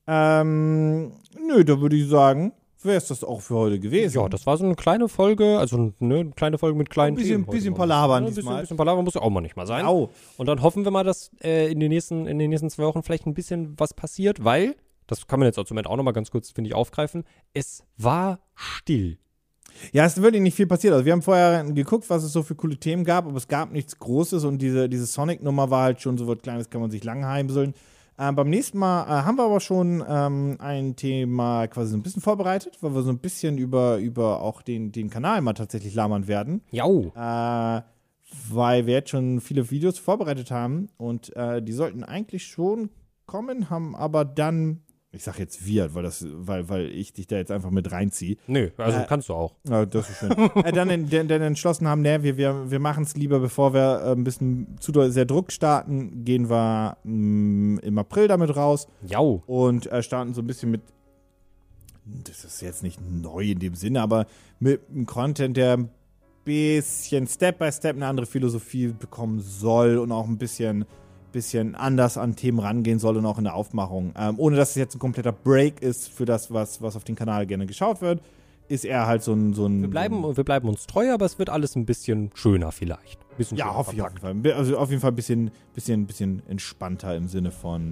Ähm, nö, da würde ich sagen, wäre es das auch für heute gewesen. Ja, das war so eine kleine Folge, also ne, eine kleine Folge mit kleinen Ein bisschen- Themen. heute bisschen mal. Palabern Ja, ein bisschen, diesmal. bisschen Palabern muss ja auch mal nicht mal sein. Au. Und dann hoffen wir mal, dass äh, in, den nächsten, in den nächsten zwei Wochen vielleicht ein bisschen was passiert, weil, das kann man jetzt zum Moment auch noch mal ganz kurz, finde ich, aufgreifen, es war still. Ja, es ist wirklich nicht viel passiert. Also wir haben vorher geguckt, was es so für coole Themen gab, aber es gab nichts Großes und diese, diese Sonic-Nummer war halt schon so was Kleines, kann man sich lang heimseln. Ähm, beim nächsten Mal äh, haben wir aber schon ähm, ein Thema quasi so ein bisschen vorbereitet, weil wir so ein bisschen über, über auch den, den Kanal mal tatsächlich labern werden. Jau. Äh, weil wir jetzt schon viele Videos vorbereitet haben und äh, die sollten eigentlich schon kommen, haben aber dann, ich sag jetzt wir, weil, das, weil, weil ich dich da jetzt einfach mit reinziehe, Nö, also Äh, kannst du auch. ja, das ist schön. äh, dann, in, dann, dann entschlossen haben, ne, wir, wir, wir machen es lieber, bevor wir äh, ein bisschen zu doll- sehr Druck starten, gehen wir mh, im April damit raus Jau. und äh, starten so ein bisschen mit, das ist jetzt nicht neu in dem Sinne, aber mit einem Content, der ein bisschen Step by Step eine andere Philosophie bekommen soll und auch ein bisschen, bisschen anders an Themen rangehen soll und auch in der Aufmachung. Ähm, ohne dass es jetzt ein kompletter Break ist für das, was, was auf den Kanal gerne geschaut wird, ist er halt so ein... So ein Wir bleiben, wir bleiben uns treu, aber es wird alles ein bisschen schöner vielleicht. Ein bisschen ja, schöner hoffe ich auf verpackt. jeden Fall. Also auf jeden Fall ein bisschen, bisschen, bisschen entspannter im Sinne von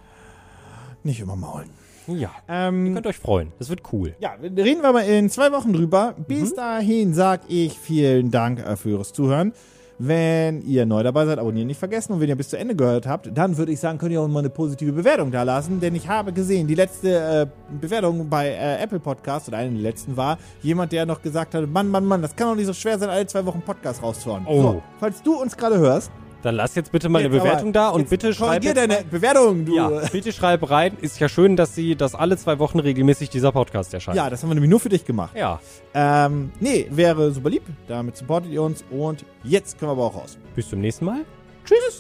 nicht immer maulen. Ja, Ähm, ihr könnt euch freuen. Das wird cool. Ja, reden wir mal in zwei Wochen drüber. Bis dahin sag ich vielen Dank äh, für eures Zuhören. Wenn ihr neu dabei seid, abonnieren nicht vergessen. Und wenn ihr bis zu Ende gehört habt, dann würde ich sagen, könnt ihr auch mal eine positive Bewertung da lassen. Denn ich habe gesehen, die letzte äh, Bewertung bei äh, Apple Podcast oder eine der letzten war jemand, der noch gesagt hat, Mann, Mann, Mann, das kann doch nicht so schwer sein, alle zwei Wochen Podcast rauszuhauen. Oh. So, falls du uns gerade hörst Dann lass jetzt bitte mal Jetzt eine Bewertung aber, da und jetzt bitte schreib korrigier jetzt deine Bewertung, du. Ja, bitte schreib rein. Ist ja schön, dass sie, dass alle zwei Wochen regelmäßig dieser Podcast erscheint. Ja, das haben wir nämlich nur für dich gemacht. Ja. Ähm, nee, wäre super lieb. Damit supportet ihr uns. Und jetzt können wir aber auch raus. Bis zum nächsten Mal. Tschüss.